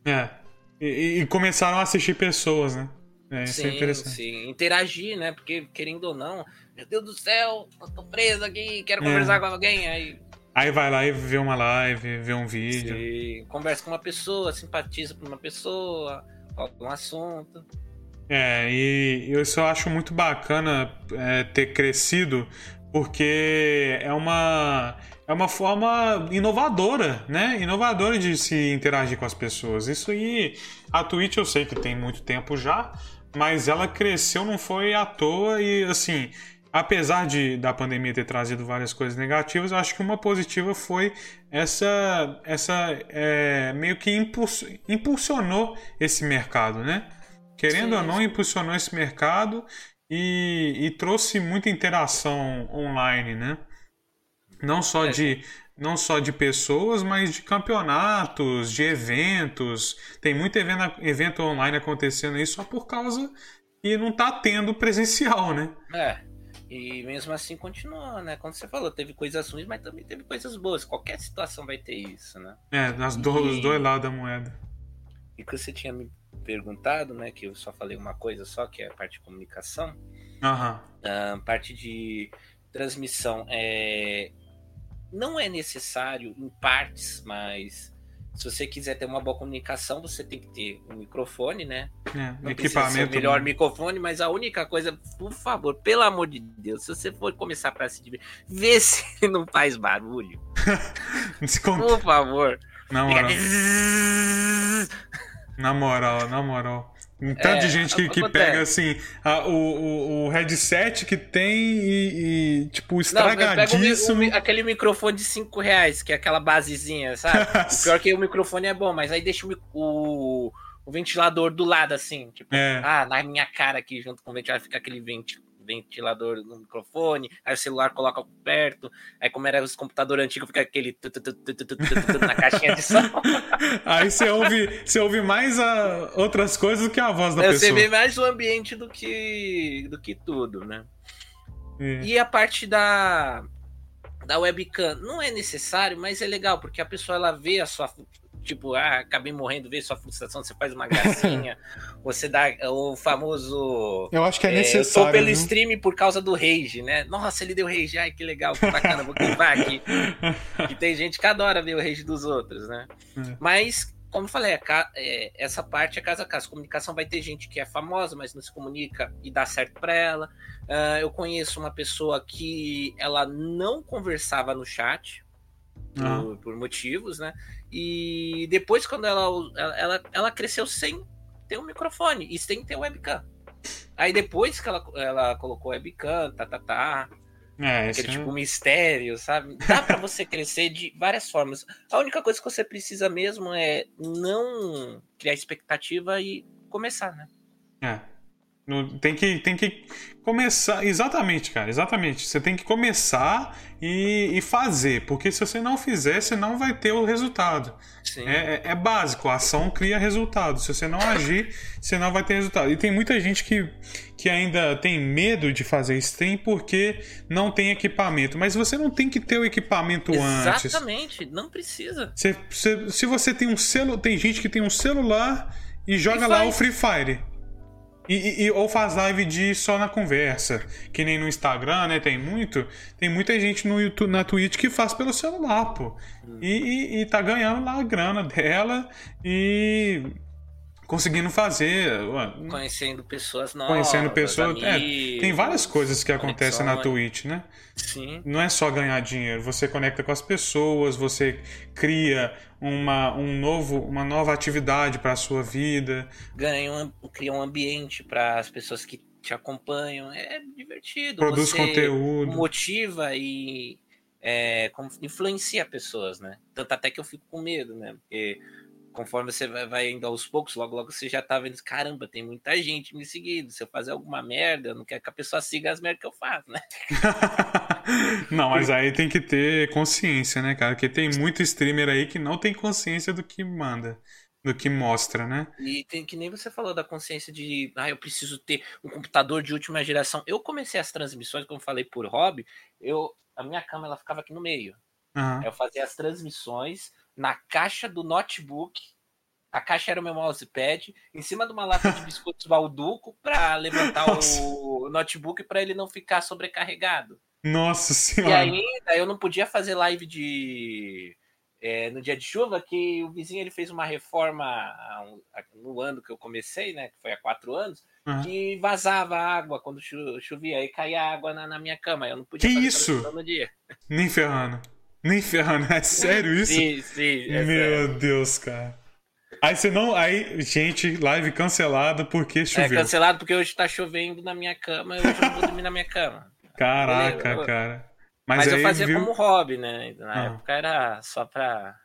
E começaram a assistir pessoas, né? Isso
sim,
é interessante.
Sim, interagir, né? Porque, querendo ou não, meu Deus do céu, eu tô preso aqui, quero conversar com alguém.
Aí vai lá e vê uma live, vê um vídeo.
Sim, conversa com uma pessoa, simpatiza com uma pessoa, fala um assunto.
E eu só acho muito bacana ter crescido, porque é uma forma inovadora, né? Inovadora de se interagir com as pessoas. Isso aí, a Twitch eu sei que tem muito tempo já, mas ela cresceu, não foi à toa. E assim, apesar da pandemia ter trazido várias coisas negativas, eu acho que uma positiva foi essa meio que impulsionou esse mercado, né? Querendo ou não, impulsionou esse mercado e trouxe muita interação online, né? Não só de pessoas, mas de campeonatos, de eventos. Tem muito evento online acontecendo aí só por causa que não tá tendo presencial, né?
E mesmo assim continua, né? Como você falou, teve coisas ruins, mas também teve coisas boas. Qualquer situação vai ter isso, né?
Os dois lados da moeda.
E que você tinha me perguntado, né? Que eu só falei uma coisa só, que é a parte de comunicação. A parte de transmissão não é necessário em partes, mas se você quiser ter uma boa comunicação, você tem que ter um microfone, né? Não precisa ser o melhor microfone, mas a única coisa, por favor, pelo amor de Deus, se você for começar para se divertir, vê se ele não faz barulho. Por favor.
Na moral. Um tanto de gente que pega assim o headset que tem e tipo, estragadíssimo.
Pega aquele microfone de R$5, que é aquela basezinha, sabe? O pior que o microfone é bom, mas aí deixa o ventilador do lado, assim, tipo, na minha cara aqui, junto com o ventilador, fica aquele ventilador no microfone, aí o celular coloca perto, aí como era os computadores antigos, fica aquele na caixinha de som.
Aí você ouve mais outras coisas do que a voz da pessoa.
Você vê mais o ambiente do que tudo, né? E a parte da webcam não é necessário, mas é legal, porque a pessoa ela vê a sua... Tipo, acabei morrendo, vê sua frustração, você faz uma gracinha, você dá o famoso...
Eu acho que é necessário.
Tô pelo stream por causa do rage, né? Nossa, ele deu rage, ai que legal, que bacana, vou clipar aqui. E tem gente que adora ver o rage dos outros, né? Mas, como eu falei, essa parte é casa a casa. Comunicação vai ter gente que é famosa, mas não se comunica e dá certo pra ela. Eu conheço uma pessoa que ela não conversava no chat, por motivos, né? E depois, quando ela cresceu sem ter um microfone e sem ter webcam. Aí depois que ela colocou webcam, aquele tipo mistério, sabe? Dá pra você crescer de várias formas. A única coisa que você precisa mesmo é não criar expectativa e começar, né?
Tem que começar. Exatamente, cara. Exatamente. Você tem que começar e fazer. Porque se você não fizer, você não vai ter o resultado.
Sim.
É básico. A ação cria resultado. Se você não agir, você não vai ter resultado. E tem muita gente que ainda tem medo de fazer stream porque não tem equipamento. Mas você não tem que ter o equipamento antes.
Exatamente. Não precisa.
Se você tem um celular. Tem gente que tem um celular e joga lá o Free Fire. Ou faz live de só na conversa, que nem no Instagram, né? Tem muita gente no YouTube, na Twitch que faz pelo celular, pô. E tá ganhando lá a grana dela e conseguindo fazer.
Conhecendo pessoas novas.
Conhecendo pessoas.
Amigos,
tem várias coisas que acontecem na Twitch, né?
Sim.
Não é só ganhar dinheiro, você conecta com as pessoas, você cria uma nova atividade para a sua vida.
Cria um ambiente para as pessoas que te acompanham. É divertido.
Produz
você
conteúdo.
Motiva e influencia pessoas, né? Tanto até que eu fico com medo, né? Porque conforme você vai indo aos poucos, logo você já tá vendo, caramba, tem muita gente me seguindo. Se eu fazer alguma merda, eu não quero que a pessoa siga as merdas que eu faço, né?
Não, mas aí tem que ter consciência, né, cara? Porque tem muito streamer aí que não tem consciência do que manda, do que mostra, né?
E tem que nem você falou da consciência de, eu preciso ter um computador de última geração. Eu comecei as transmissões, como eu falei, por hobby, a minha câmera ela ficava aqui no meio.
Uhum.
Eu fazia as transmissões na caixa do notebook. A caixa era o meu mousepad, em cima de uma lata de biscoitos Balduco para levantar o notebook para ele não ficar sobrecarregado.
Nossa senhora!
E ainda eu não podia fazer live no dia de chuva, que o vizinho ele fez uma reforma no ano que eu comecei, né, que foi há 4 anos, que vazava água quando chovia, aí caía água na minha cama. Eu não podia fazer
isso?
no dia.
Nem ferrando. É sério isso?
Sim.
Meu
sério.
Deus, cara. Aí, gente, live cancelada porque choveu.
Cancelado porque hoje tá chovendo na minha cama e hoje eu não vou dormir na minha cama.
Caraca, cara.
Mas eu fazia como hobby, né? Na época era só pra...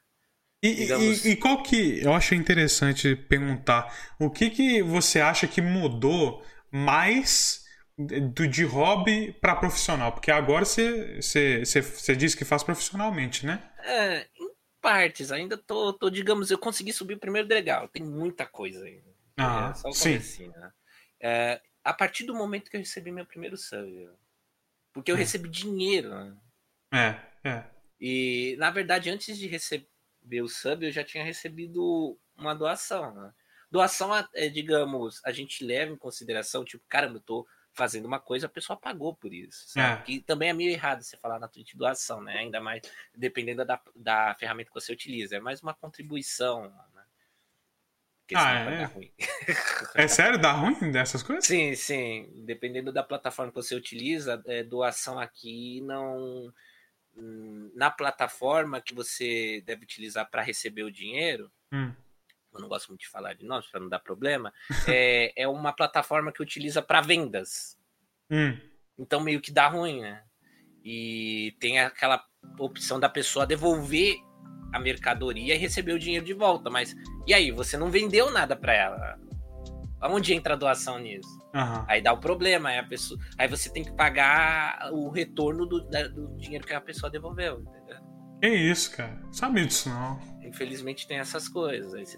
E qual que... Eu acho interessante perguntar. O que você acha que mudou mais de hobby pra profissional? Porque agora você diz que faz profissionalmente, né?
Em partes. Ainda digamos, eu consegui subir o primeiro degrau. Tem muita coisa ainda. Só o comecinho, né? A partir do momento que eu recebi meu primeiro sub. Porque eu recebi dinheiro, né? E, na verdade, antes de receber o sub, eu já tinha recebido uma doação, né? Doação, digamos, a gente leva em consideração, tipo, caramba, eu tô fazendo uma coisa, a pessoa pagou por isso, sabe? Que também é meio errado você falar na Twitch doação, né? Ainda mais dependendo da ferramenta que você utiliza. É mais uma contribuição, né? Porque senão vai dar ruim.
É sério? Dá ruim dessas coisas?
Sim. Dependendo da plataforma que você utiliza, doação aqui não... Na plataforma que você deve utilizar para receber o dinheiro, eu não gosto muito de falar de nomes para não dar problema, é uma plataforma que utiliza para vendas. Então meio que dá ruim, né? E tem aquela opção da pessoa devolver a mercadoria e receber o dinheiro de volta. Mas e aí? Você não vendeu nada para ela. Onde entra a doação nisso? Aí dá o problema. Aí você tem que pagar o retorno do dinheiro que a pessoa devolveu, entendeu?
Que isso, cara. Sabia disso, não.
Infelizmente tem essas coisas. Aí você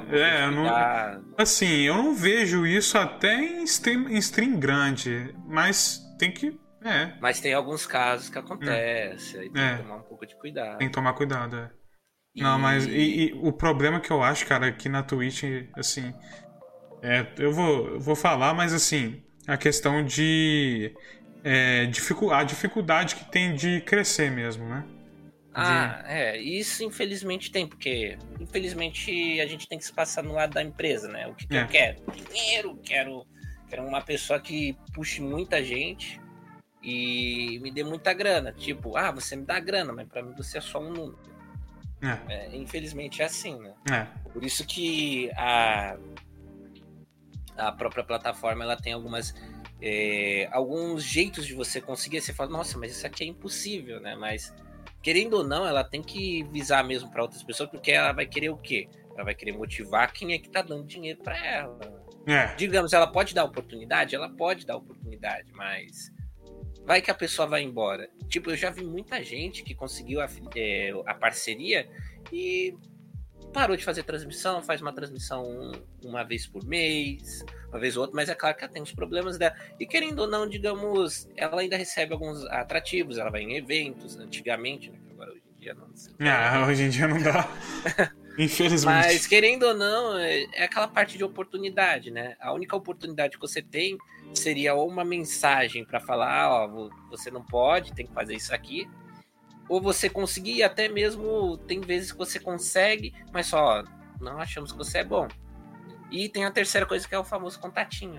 assim, eu não vejo isso até em stream grande, mas tem que...
Mas tem alguns casos que acontece, aí tem que tomar um pouco de cuidado.
Tem que tomar cuidado, Não, mas o problema que eu acho, cara, aqui na Twitch, assim... eu vou falar, mas assim, a questão de... a dificuldade que tem de crescer mesmo, né?
Isso infelizmente tem, porque infelizmente a gente tem que se passar no lado da empresa, né? O que eu quero? Dinheiro, quero uma pessoa que puxe muita gente e me dê muita grana. Tipo, você me dá grana, mas pra mim você é só um número. Infelizmente é assim, né? Por isso que a própria plataforma ela tem alguns jeitos de você conseguir. Você fala, nossa, mas isso aqui é impossível, né? Mas querendo ou não, ela tem que visar mesmo para outras pessoas, porque ela vai querer o quê? Ela vai querer motivar quem é que tá dando dinheiro para ela. Digamos, ela pode dar oportunidade? Ela pode dar oportunidade, mas vai que a pessoa vai embora. Tipo, eu já vi muita gente que conseguiu a parceria e parou de fazer transmissão, faz uma transmissão uma vez por mês, uma vez ou outra, mas é claro que ela tem os problemas dela. E querendo ou não, digamos, ela ainda recebe alguns atrativos, ela vai em eventos, antigamente, né? Agora hoje em dia não sei.
Hoje em dia não dá. Infelizmente.
Mas querendo ou não, é aquela parte de oportunidade, né? A única oportunidade que você tem seria ou uma mensagem para falar, ó, você não pode, tem que fazer isso aqui. Ou você conseguir, até mesmo tem vezes que você consegue, mas só não achamos que você é bom. E tem a terceira coisa que é o famoso contatinho.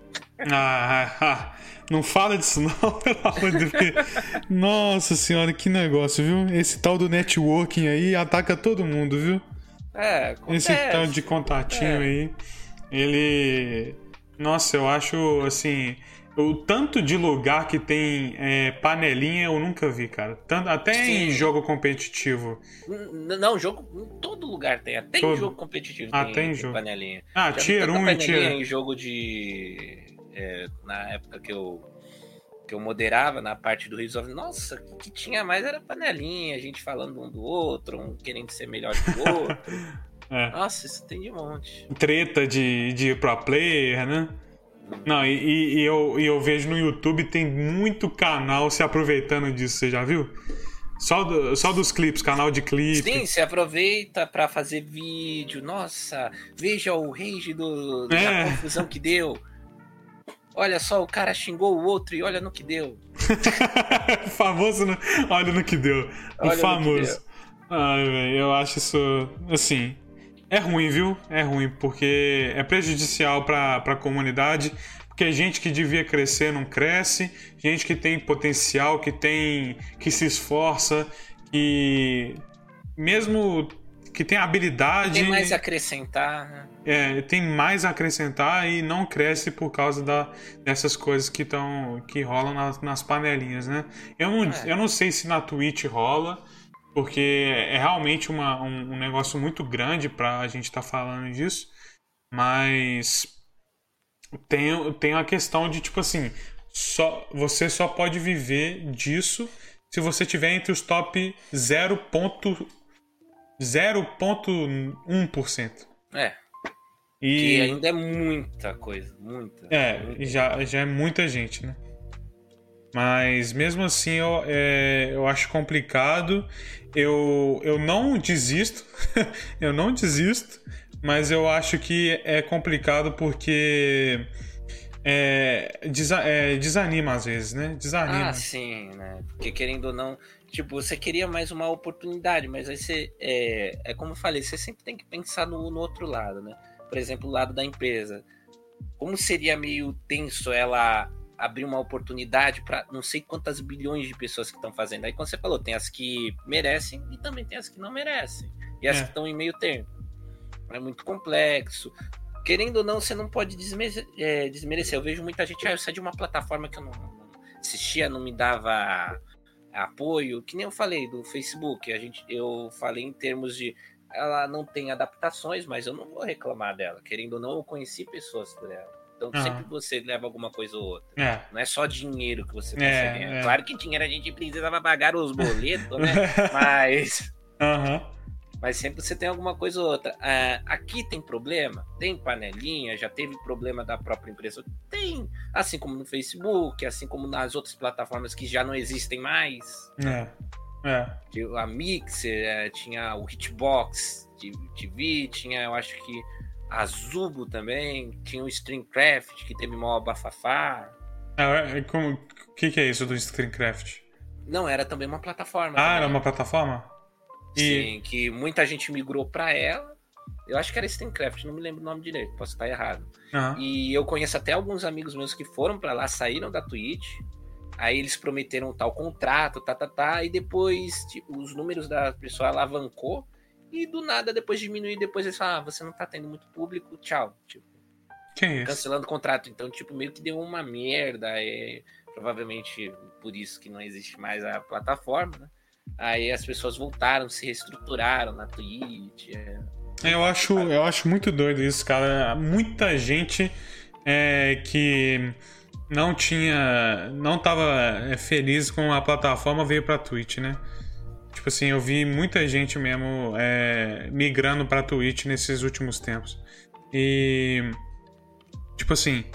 Não fala disso não, pelo amor de Deus. Nossa senhora, que negócio, viu? Esse tal do networking aí ataca todo mundo, viu?
Acontece.
Esse tal de contatinho aí, ele... Nossa, eu acho, assim... O tanto de lugar que tem panelinha eu nunca vi, cara. Até Sim. Em jogo competitivo.
Não, jogo em todo lugar tem. Até em jogo competitivo tem
jogo.
panelinha.
Tier 1 e Tier 1.
Em jogo de... na época que eu moderava na parte do Heroes of... Nossa, o que tinha mais era panelinha. A gente falando um do outro, um querendo ser melhor que o outro. Nossa, isso tem de monte.
Treta de pro player, né? Não, e eu vejo no YouTube tem muito canal se aproveitando disso, você já viu? Só dos clipes, canal de clipe.
Sim, se aproveita pra fazer vídeo. Nossa, veja o rage da confusão que deu. Olha só, o cara xingou o outro e olha no que deu.
Famoso, né? Olha no que deu. O famoso. Ai, velho, eu acho isso, assim... É ruim, viu? É ruim, porque é prejudicial pra comunidade, porque gente que devia crescer não cresce, gente que tem potencial, que se esforça, que mesmo que tem habilidade...
Tem mais a acrescentar, né?
Tem mais a acrescentar e não cresce por causa dessas coisas que rolam nas panelinhas, né? Eu não sei se na Twitch rola, porque é realmente um negócio muito grande pra gente estar falando disso, mas tem a questão de, tipo assim, você só pode viver disso se você tiver entre os top 0,1%.
Que ainda é muita coisa, muita.
Já é muita gente, né? Mas mesmo assim eu acho complicado. Eu não desisto. Eu não desisto. Mas eu acho que é complicado porque desanima às vezes, né? Desanima.
Sim, né? Porque querendo ou não, tipo, você queria mais uma oportunidade, mas aí você... É como eu falei, você sempre tem que pensar no outro lado, né? Por exemplo, o lado da empresa. Como seria meio tenso ela abrir uma oportunidade para não sei quantas bilhões de pessoas que estão fazendo. Aí, como você falou, tem as que merecem e também tem as que não merecem. E as que estão em meio termo. É muito complexo. Querendo ou não, você não pode desmerecer. Eu vejo muita gente, eu saí de uma plataforma que eu não assistia, não me dava apoio, que nem eu falei do Facebook. Eu falei em termos de ela não tem adaptações, mas eu não vou reclamar dela. Querendo ou não, eu conheci pessoas por ela. Então sempre você leva alguma coisa ou outra. Não é só dinheiro que você consegue ganhar. Claro que dinheiro a gente precisa pra pagar os boletos, né? Mas sempre você tem alguma coisa ou outra. Aqui tem problema? Tem panelinha? Já teve problema da própria empresa? Tem. Assim como no Facebook, assim como nas outras plataformas que já não existem mais. A Mixer, tinha o Hitbox TV, tinha, eu acho que a Zubo também, tinha o Streamcraft, que teve mó bafafá.
O que é isso do Streamcraft?
Não, era também uma plataforma.
Era uma plataforma?
Sim, que muita gente migrou pra ela. Eu acho que era Streamcraft, não me lembro o nome direito, posso estar errado. E eu conheço até alguns amigos meus que foram pra lá, saíram da Twitch. Aí eles prometeram tal contrato, e depois tipo, os números da pessoa alavancou e do nada depois diminuir, depois eles falaram, você não tá tendo muito público, tchau. Tipo,
que é isso?
Cancelando o contrato. Então, tipo, meio que deu uma merda. Provavelmente por isso que não existe mais a plataforma, né? Aí as pessoas voltaram, se reestruturaram na Twitch.
Eu acho muito doido isso, cara. Muita gente que não tava feliz com a plataforma veio pra Twitch, né? Tipo assim, eu vi muita gente mesmo migrando pra Twitch nesses últimos tempos. E, tipo assim,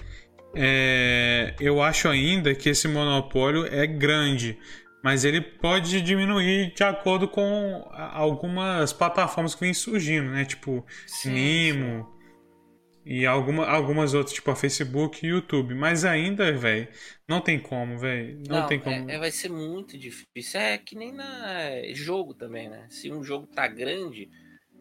eu acho ainda que esse monopólio é grande, mas ele pode diminuir de acordo com algumas plataformas que vêm surgindo, né? Tipo, Nimo e algumas outras, tipo a Facebook e YouTube. Mas ainda, velho, não tem como, velho. Não tem como.
Vai ser muito difícil. É que nem na jogo também, né? Se um jogo tá grande,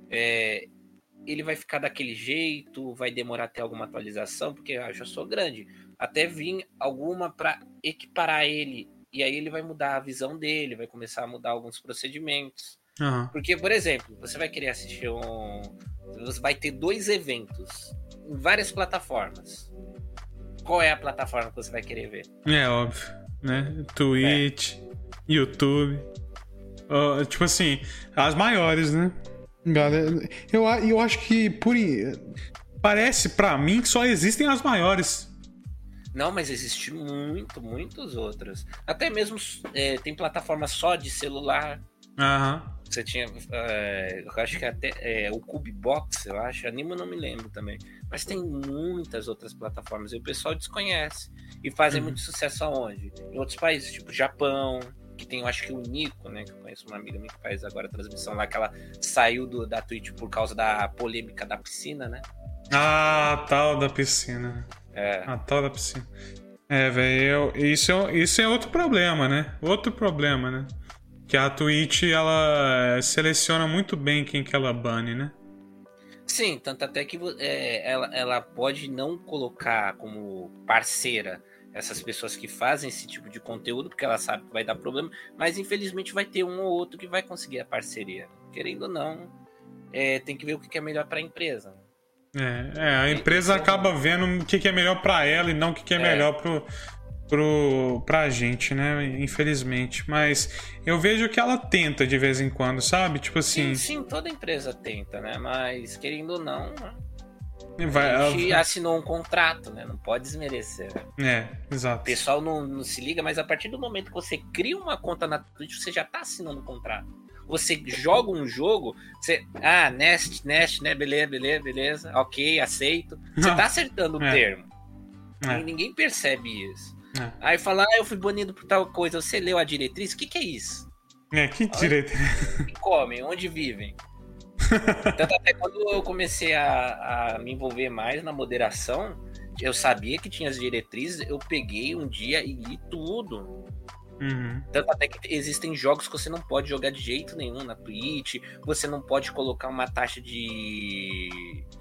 ele vai ficar daquele jeito, vai demorar até alguma atualização, porque eu já sou grande. Até vir alguma para equiparar ele. E aí ele vai mudar a visão dele, vai começar a mudar alguns procedimentos.
Uhum.
Porque, por exemplo, você vai querer assistir você vai ter 2 eventos em várias plataformas. Qual é a plataforma que você vai querer ver?
É óbvio, né? Twitch, YouTube. Tipo assim, as maiores, né? Galera, eu acho que parece pra mim que só existem as maiores.
Não, mas existe muitos outros. Até mesmo tem plataforma só de celular.
Aham.
Você tinha, eu acho que até o Cubebox, eu acho, Anima eu não me lembro também. Mas tem muitas outras plataformas e o pessoal desconhece. E fazem muito sucesso aonde? Em outros países, tipo Japão, que tem, eu acho que o Nico, né? Que eu conheço uma amiga minha que faz agora a transmissão lá, que ela saiu da Twitch por causa da polêmica da piscina, né?
Ah, tal da piscina. A tal da piscina. Velho, isso é outro problema, né? Outro problema, né? Que a Twitch, ela seleciona muito bem quem que ela bane, né?
Sim, tanto até que ela pode não colocar como parceira essas pessoas que fazem esse tipo de conteúdo, porque ela sabe que vai dar problema, mas infelizmente vai ter um ou outro que vai conseguir a parceria. Querendo ou não, tem que ver o que é melhor para a empresa.
A empresa acaba vendo o que é melhor para ela e não o que é melhor pra gente, né? Infelizmente. Mas eu vejo que ela tenta de vez em quando, sabe? Tipo assim.
Sim, toda empresa tenta, né? Mas querendo ou não, a gente assinou um contrato, né? Não pode desmerecer.
Exato.
O pessoal não se liga, mas a partir do momento que você cria uma conta na Twitch, você já tá assinando um contrato. Você joga um jogo, você. Nest, né? Beleza. Ok, aceito. Você tá acertando o termo. E ninguém percebe isso. Aí fala, eu fui banido por tal coisa. Você leu a diretriz? O que é isso?
Que diretriz?
Que comem? Onde vivem? Tanto até quando eu comecei a me envolver mais na moderação, eu sabia que tinha as diretrizes, eu peguei um dia e li tudo. Tanto até que existem jogos que você não pode jogar de jeito nenhum na Twitch, você não pode colocar uma taxa de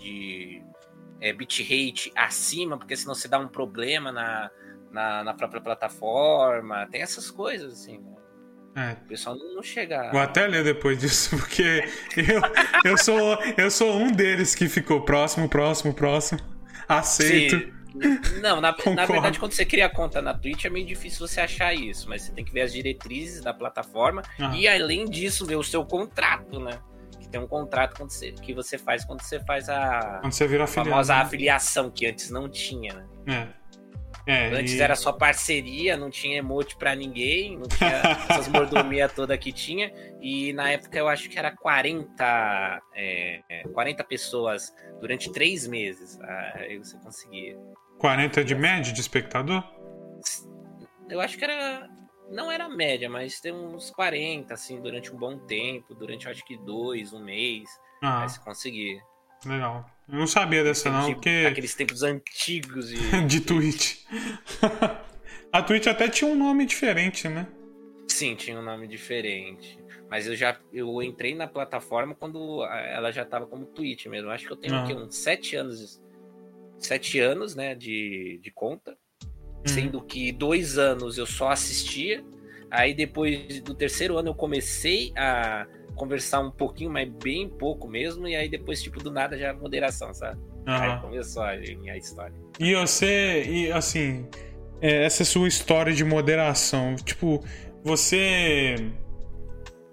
bitrate acima, porque senão você dá um problema na própria plataforma. Tem essas coisas, assim, né? O pessoal não chega.
Vou até ler depois disso, porque eu sou um deles que ficou próximo. Aceito.
Sim. Não, na verdade, quando você cria a conta na Twitch é meio difícil você achar isso, mas você tem que ver as diretrizes da plataforma e, além disso, ver o seu contrato, né? Que tem um contrato que você faz quando você faz
quando você vira afiliado,
famosa afiliação, que antes não tinha, né? Antes era só parceria, não tinha emote pra ninguém, não tinha essas mordomias toda que tinha. E na época eu acho que era 40 pessoas durante 3 meses. Aí você conseguia.
40 de média de espectador?
Eu acho que não era média, mas tem uns 40, assim, durante um bom tempo. Durante, eu acho que 1 mês. Aí você conseguia.
Legal. Eu não sabia dessa não, porque...
Aqueles tempos antigos
de Twitch. A Twitch até tinha um nome diferente, né?
Sim, tinha um nome diferente. Mas eu entrei na plataforma quando ela já tava como Twitch mesmo. Acho que eu tenho aqui uns 7 anos. 7 anos, né, de conta. Sendo que 2 anos eu só assistia. Aí depois do 3º ano eu comecei a conversar um pouquinho, mas bem pouco mesmo, e aí depois, tipo, do nada já moderação, sabe? Aí começou a minha história.
E assim, essa sua história de moderação, tipo, você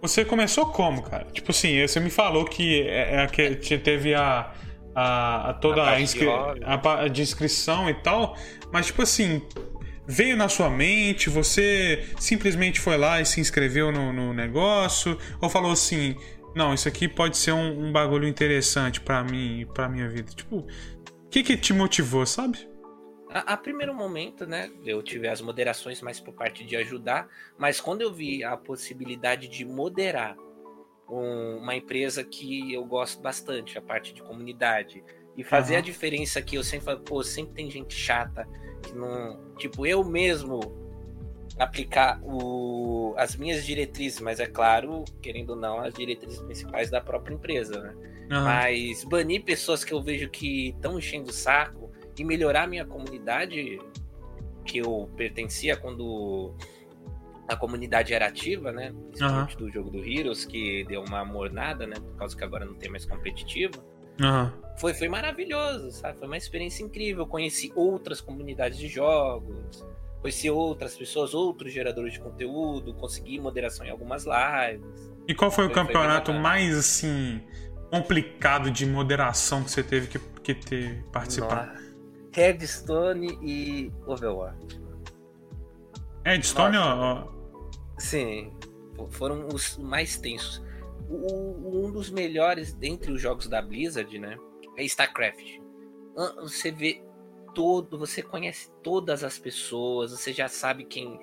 Você começou como, cara? Tipo assim, você me falou que que teve toda a de inscrição e tal, mas tipo assim, veio na sua mente, você simplesmente foi lá e se inscreveu no negócio, ou falou assim, não, isso aqui pode ser um bagulho interessante pra mim e pra minha vida? Tipo, o que te motivou, sabe?
A primeiro momento, né, eu tive as moderações mais por parte de ajudar, mas quando eu vi a possibilidade de moderar uma empresa que eu gosto bastante, a parte de comunidade, e fazer a diferença que eu sempre falo, pô, sempre tem gente chata, que não, tipo, eu mesmo aplicar as minhas diretrizes, mas é claro, querendo ou não, as diretrizes principais da própria empresa, né? Mas banir pessoas que eu vejo que estão enchendo o saco e melhorar a minha comunidade que eu pertencia quando a comunidade era ativa, né? Principalmente do jogo do Heroes, que deu uma mornada, né? Por causa que agora não tem mais competitivo. Foi maravilhoso, sabe? Foi uma experiência incrível. Conheci outras comunidades de jogos, conheci outras pessoas, outros geradores de conteúdo, consegui moderação em algumas lives.
E qual foi o campeonato mais, assim, complicado de moderação que você teve que ter participado?
Hearthstone e Overwatch.
Hearthstone,
Sim, foram os mais tensos. Um dos melhores dentre os jogos da Blizzard, né, é StarCraft. Você vê você conhece todas as pessoas, você já sabe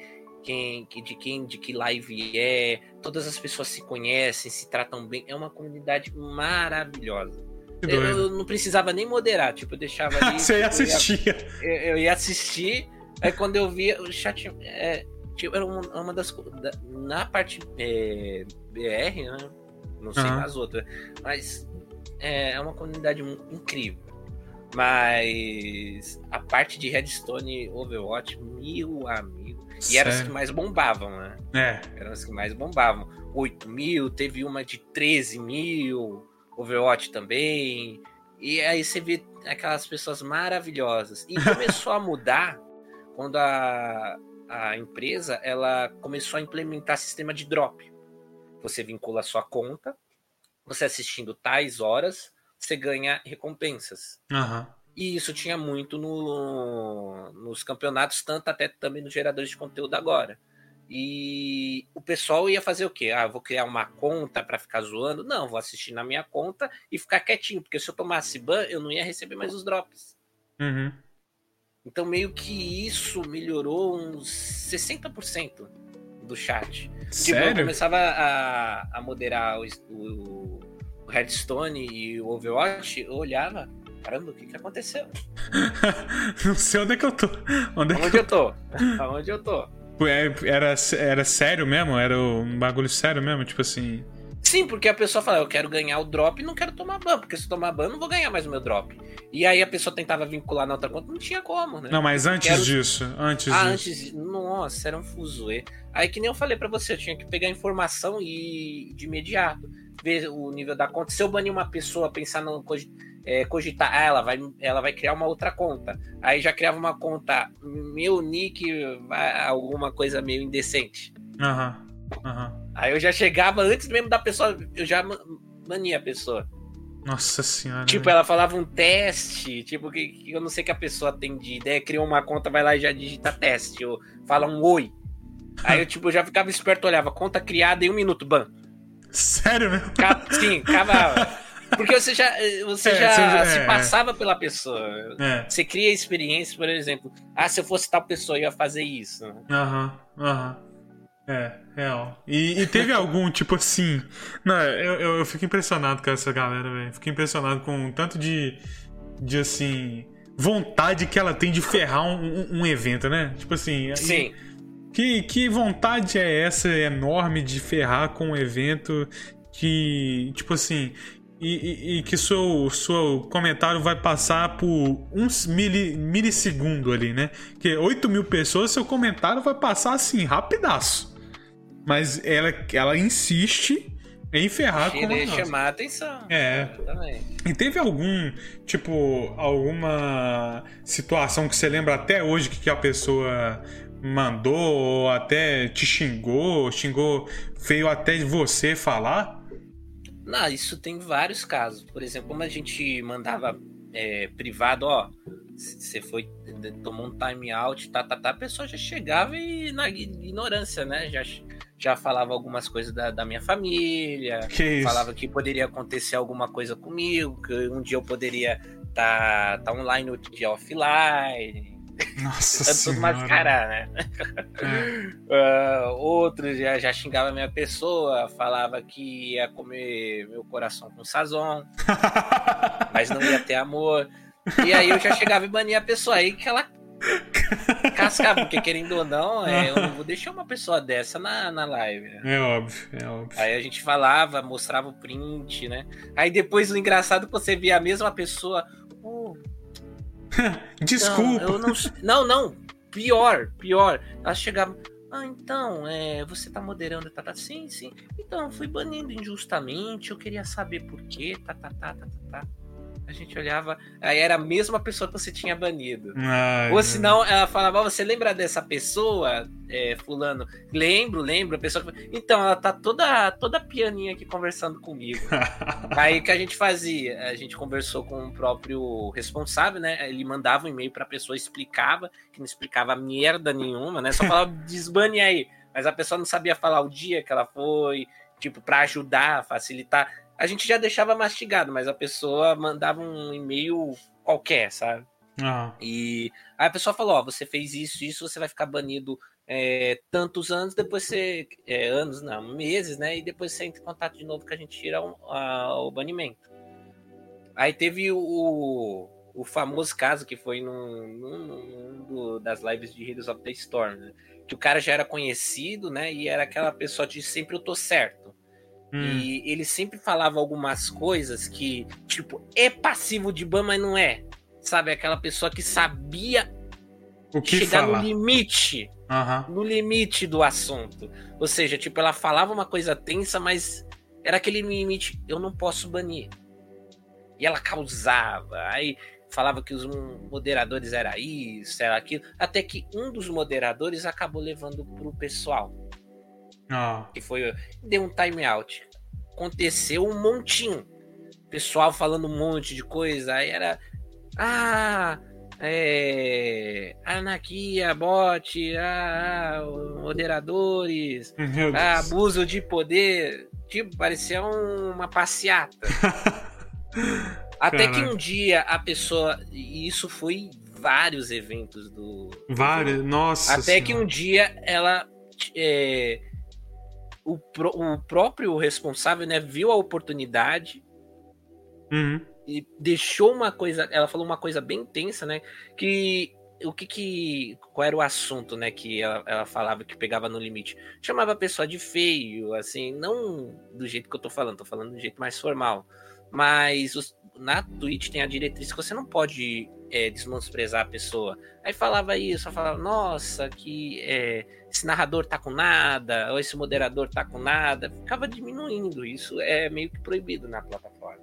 de que live é, todas as pessoas se conhecem, se tratam bem, é uma comunidade maravilhosa. Eu não precisava nem moderar, tipo, eu deixava ali.
Você ia assistir.
Eu ia assistir, aí quando eu via o chat. Tipo, era uma das. Na parte BR, né? Não sei nas outras, mas é uma comunidade incrível. Mas a parte de Hearthstone e Overwatch, meu amigo. E eram as que mais bombavam, né? Eram as que mais bombavam. 8.000, teve uma de 13.000. Overwatch também, e aí você vê aquelas pessoas maravilhosas, e começou a mudar quando a empresa ela começou a implementar sistema de drop. Você vincula a sua conta, você assistindo tais horas, você ganha recompensas. E isso tinha muito nos campeonatos, tanto até também nos geradores de conteúdo agora. E o pessoal ia fazer o quê? Vou criar uma conta pra ficar zoando? Não, vou assistir na minha conta e ficar quietinho, porque se eu tomasse ban, eu não ia receber mais os drops. Então meio que isso melhorou uns 60% do chat.
Sério?
Tipo, eu começava a moderar o Hearthstone e o Overwatch, eu olhava, caramba, o que aconteceu?
Não sei onde é que eu tô.
Aonde eu tô?
Era sério mesmo? Era um bagulho sério mesmo? Tipo assim...
Sim, porque a pessoa fala, eu quero ganhar o drop e não quero tomar ban, porque se tomar ban eu não vou ganhar mais o meu drop. E aí a pessoa tentava vincular na outra conta, não tinha como, né?
Não, mas antes disso.
Nossa, era um fuzuê. Aí que nem eu falei pra você, eu tinha que pegar informação e de imediato ver o nível da conta. Se eu banir uma pessoa, pensar no cogitar, ela vai criar uma outra conta. Aí já criava uma conta, meu nick, alguma coisa meio indecente. Aí eu já chegava antes mesmo da pessoa, eu já bania a pessoa.
Nossa senhora.
Tipo, ela falava um teste, tipo, que eu não sei que a pessoa tem de ideia, criou uma conta, vai lá e já digita teste, ou fala um oi. Aí eu, tipo, já ficava esperto, olhava, conta criada em 1 minuto, ban.
Sério mesmo?
Sim, acabava. Porque você já se passava pela pessoa. Você cria experiência, por exemplo. Se eu fosse tal pessoa, eu ia fazer isso.
Real. E teve algum, tipo assim... Não, eu fico impressionado com essa galera, velho. Fico impressionado com o tanto de assim... vontade que ela tem de ferrar um evento, né? Tipo assim...
Sim.
Que vontade é essa enorme de ferrar com um evento que, tipo assim... E que seu comentário vai passar por uns milissegundo ali, né? Que 8.000 pessoas, seu comentário vai passar assim, rapidaço. Mas ela insiste em ferrar com
a chamar a atenção.
Exatamente. E teve alguma situação que você lembra até hoje que a pessoa mandou ou até te xingou, veio até você falar?
Não, isso tem vários casos. Por exemplo, como a gente mandava privado, ó, você tomou um time out, a pessoa já chegava e na ignorância, né? Já falava algumas coisas da minha família, falava que poderia acontecer alguma coisa comigo, que um dia eu poderia tá online, outro dia offline.
Nossa
tudo mascarar, né? Outros já xingava a minha pessoa, falava que ia comer meu coração com sazon, mas não ia ter amor. E aí eu já chegava e bania a pessoa, aí que ela cascava, porque querendo ou não, eu não vou deixar uma pessoa dessa na live, né?
É óbvio.
Aí a gente falava, mostrava o print, né? Aí depois o engraçado é que você via a mesma pessoa.
Desculpa.
Não, pior. Ela chegava. Então, você tá moderando, Sim. Então, eu fui banindo injustamente, eu queria saber por quê, A gente olhava, aí era a mesma pessoa que você tinha banido. Ou senão ela falava, você lembra dessa pessoa, fulano? Lembro, a pessoa. Então, ela tá toda pianinha aqui conversando comigo. Aí o que a gente fazia? A gente conversou com o próprio responsável, né? Ele mandava um e-mail pra pessoa, explicava, que não explicava merda nenhuma, né? Só falava, desbane aí. Mas a pessoa não sabia falar o dia que ela foi, tipo, pra ajudar, facilitar. A gente já deixava mastigado, mas a pessoa mandava um e-mail qualquer, sabe? E aí a pessoa falou, ó, você fez isso, você vai ficar banido tantos anos, depois você... meses, né? E depois você entra em contato de novo que a gente tira o banimento. Aí teve o famoso caso que foi num das lives de Heroes of the Storm, né? Que o cara já era conhecido, né? E era aquela pessoa de sempre eu tô certo. E ele sempre falava algumas coisas que, tipo, é passivo de ban, mas não é. Sabe, aquela pessoa que sabia
o que
chegar
falar
no limite. No limite do assunto. Ou seja, tipo, ela falava uma coisa tensa, mas era aquele limite, eu não posso banir. E ela causava. Aí falava que os moderadores era isso, era aquilo. Até que um dos moderadores acabou levando pro pessoal. Que foi, deu um time out. Aconteceu um montinho. Pessoal falando um monte de coisa. Aí era. Anarquia, bot, moderadores, abuso de poder. Tipo, parecia uma passeata. Até que um dia a pessoa. E isso foi vários eventos do.
Vários? Nossa.
Até senhora. Que um dia ela. O próprio responsável, né, viu a oportunidade e deixou uma coisa. Ela falou uma coisa bem tensa, né? Qual era o assunto, né? Que ela falava que pegava no limite. Chamava a pessoa de feio, assim, não do jeito que eu tô falando do jeito mais formal. Mas na Twitch tem a diretriz que você não pode desmenosprezar a pessoa. Aí falava isso, falava, nossa, que esse narrador tá com nada, ou esse moderador tá com nada. Ficava diminuindo. Isso é meio que proibido na plataforma.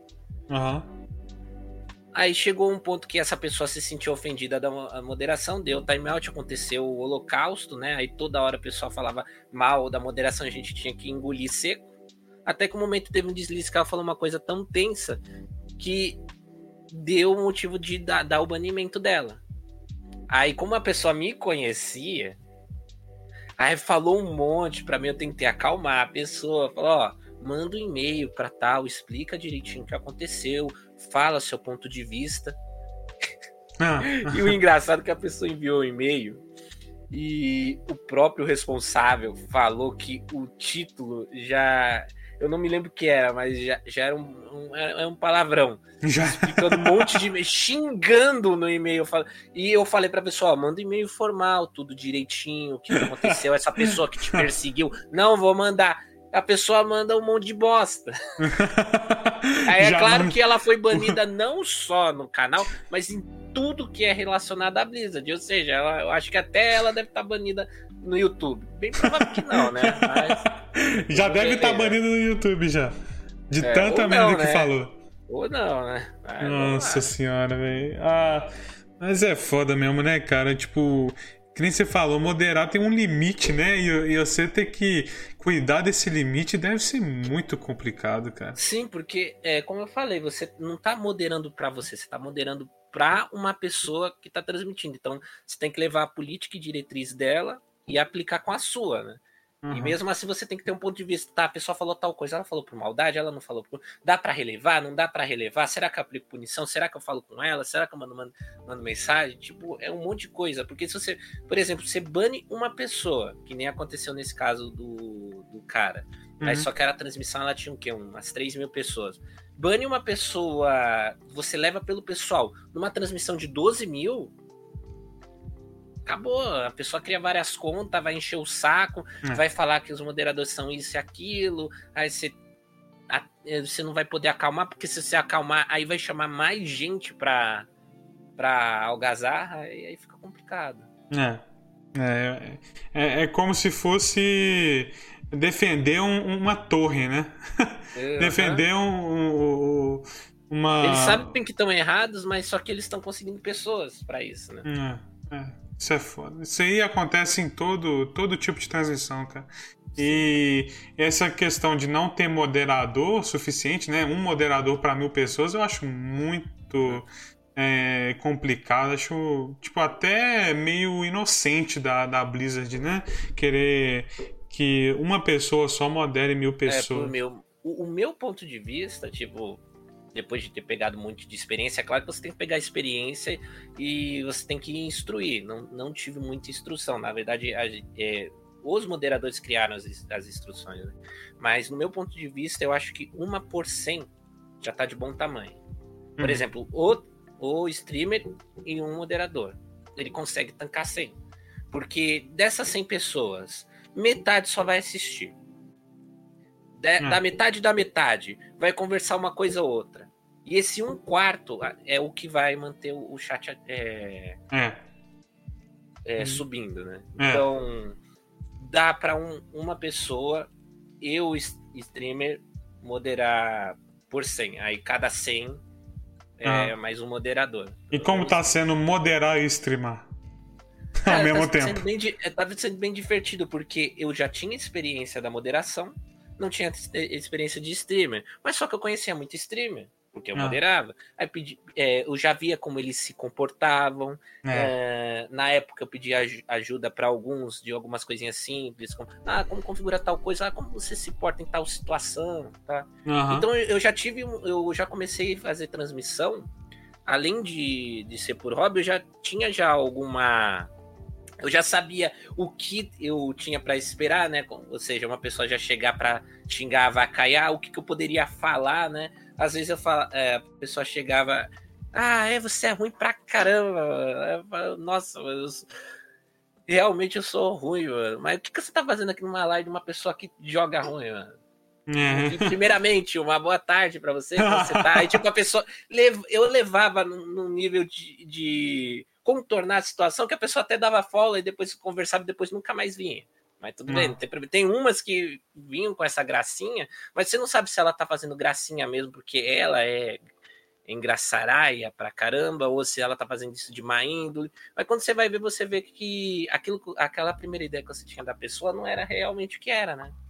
Aí chegou um ponto que essa pessoa se sentiu ofendida da moderação, deu timeout, aconteceu o holocausto, né? Aí toda hora o pessoal falava mal da moderação, a gente tinha que engolir seco. Até que o momento teve um deslize que ela falou uma coisa tão tensa que deu o motivo de dar o banimento dela. Aí, como a pessoa me conhecia, aí falou um monte pra mim, eu tentei acalmar a pessoa, falou, ó, manda um e-mail pra tal, explica direitinho o que aconteceu, fala seu ponto de vista. E o engraçado é que a pessoa enviou um e-mail e o próprio responsável falou que o título já... Eu não me lembro o que era, mas já era um palavrão. Explicando um monte de... xingando no e-mail. E eu falei pra pessoa, manda um e-mail formal, tudo direitinho, o que aconteceu, essa pessoa que te perseguiu. Não, vou mandar. A pessoa manda um monte de bosta. Aí claro que ela foi banida não só no canal, mas em tudo que é relacionado à Blizzard. Ou seja, eu acho que até ela deve estar banida no YouTube. Bem provável que não, né? Mas,
já deve estar banido no YouTube já. De tanta merda que falou.
Ou não, né?
Nossa senhora, velho. Mas é foda mesmo, né, cara? Tipo, que nem você falou, moderar tem um limite, né? E você ter que cuidar desse limite deve ser muito complicado, cara.
Sim, porque, como eu falei, você não tá moderando para você tá moderando para uma pessoa que tá transmitindo. Então, você tem que levar a política e diretriz dela e aplicar com a sua, né?
Uhum.
E mesmo assim você tem que ter um ponto de vista. Tá, a pessoa falou tal coisa, ela falou por maldade, ela não falou por... Dá para relevar? Não dá para relevar? Será que eu aplico punição? Será que eu falo com ela? Será que eu mando mensagem? Tipo, é um monte de coisa. Porque se você, por exemplo, você bane uma pessoa, que nem aconteceu nesse caso do cara, aí só que era a transmissão, ela tinha o quê? Umas 3 mil pessoas. Bane uma pessoa, você leva pelo pessoal, numa transmissão de 12 mil... Acabou, a pessoa cria várias contas, vai encher o saco, vai falar que os moderadores são isso e aquilo, aí você não vai poder acalmar, porque se você acalmar, aí vai chamar mais gente pra algazarra, e aí fica complicado.
É como se fosse defender uma torre, né? Defender uma...
Eles sabem que estão errados, mas só que eles estão conseguindo pessoas pra isso, né?
Isso é foda. Isso aí acontece em todo tipo de transmissão, cara. E essa questão de não ter moderador suficiente, né? Um moderador para 1000 pessoas, eu acho muito complicado. Acho, tipo, até meio inocente da Blizzard, né? Querer que uma pessoa só modere 1000 pessoas.
O meu ponto de vista, tipo... Depois de ter pegado muito de experiência, é claro que você tem que pegar experiência e você tem que instruir. Não tive muita instrução. Na verdade, os moderadores criaram as instruções. Né? Mas, no meu ponto de vista, eu acho que 1 por 100 já está de bom tamanho. Por exemplo, o streamer e um moderador. Ele consegue tancar 100. Porque dessas 100 pessoas, metade só vai assistir. Da metade da metade vai conversar uma coisa ou outra. E esse 1/4 é o que vai manter o chat subindo, né? Então dá para uma pessoa, eu streamer, moderar por 100. Aí cada 100 mais um moderador.
E como tá sendo moderar e streamar? Ao mesmo tempo.
Tá sendo bem divertido, porque eu já tinha experiência da moderação, não tinha experiência de streamer, mas só que eu conhecia muito streamer, porque eu moderava. Aí eu já via como eles se comportavam. Na época eu pedi ajuda para alguns de algumas coisinhas simples, como configurar tal coisa, como você se porta em tal situação, tá? Então eu já comecei a fazer transmissão, além de ser por hobby, eu já tinha alguma... Eu já sabia o que eu tinha para esperar, né? Ou seja, uma pessoa já chegar para xingar, avacalhar, o que eu poderia falar, né? Às vezes a pessoa chegava... você é ruim pra caramba. Nossa, realmente eu sou ruim, mano. Mas o que você tá fazendo aqui numa live de uma pessoa que joga ruim, mano? Primeiramente, uma boa tarde para você, como você tá? Aí, tipo, a pessoa... Eu levava num nível de contornar a situação que a pessoa até dava follow e depois conversava e depois nunca mais vinha. Mas tudo bem, não tem problema. Tem umas que vinham com essa gracinha, mas você não sabe se ela tá fazendo gracinha mesmo porque ela é engraçaraia pra caramba, ou se ela tá fazendo isso de má índole. Mas quando você vai ver, você vê que aquela primeira ideia que você tinha da pessoa não era realmente o que era, né?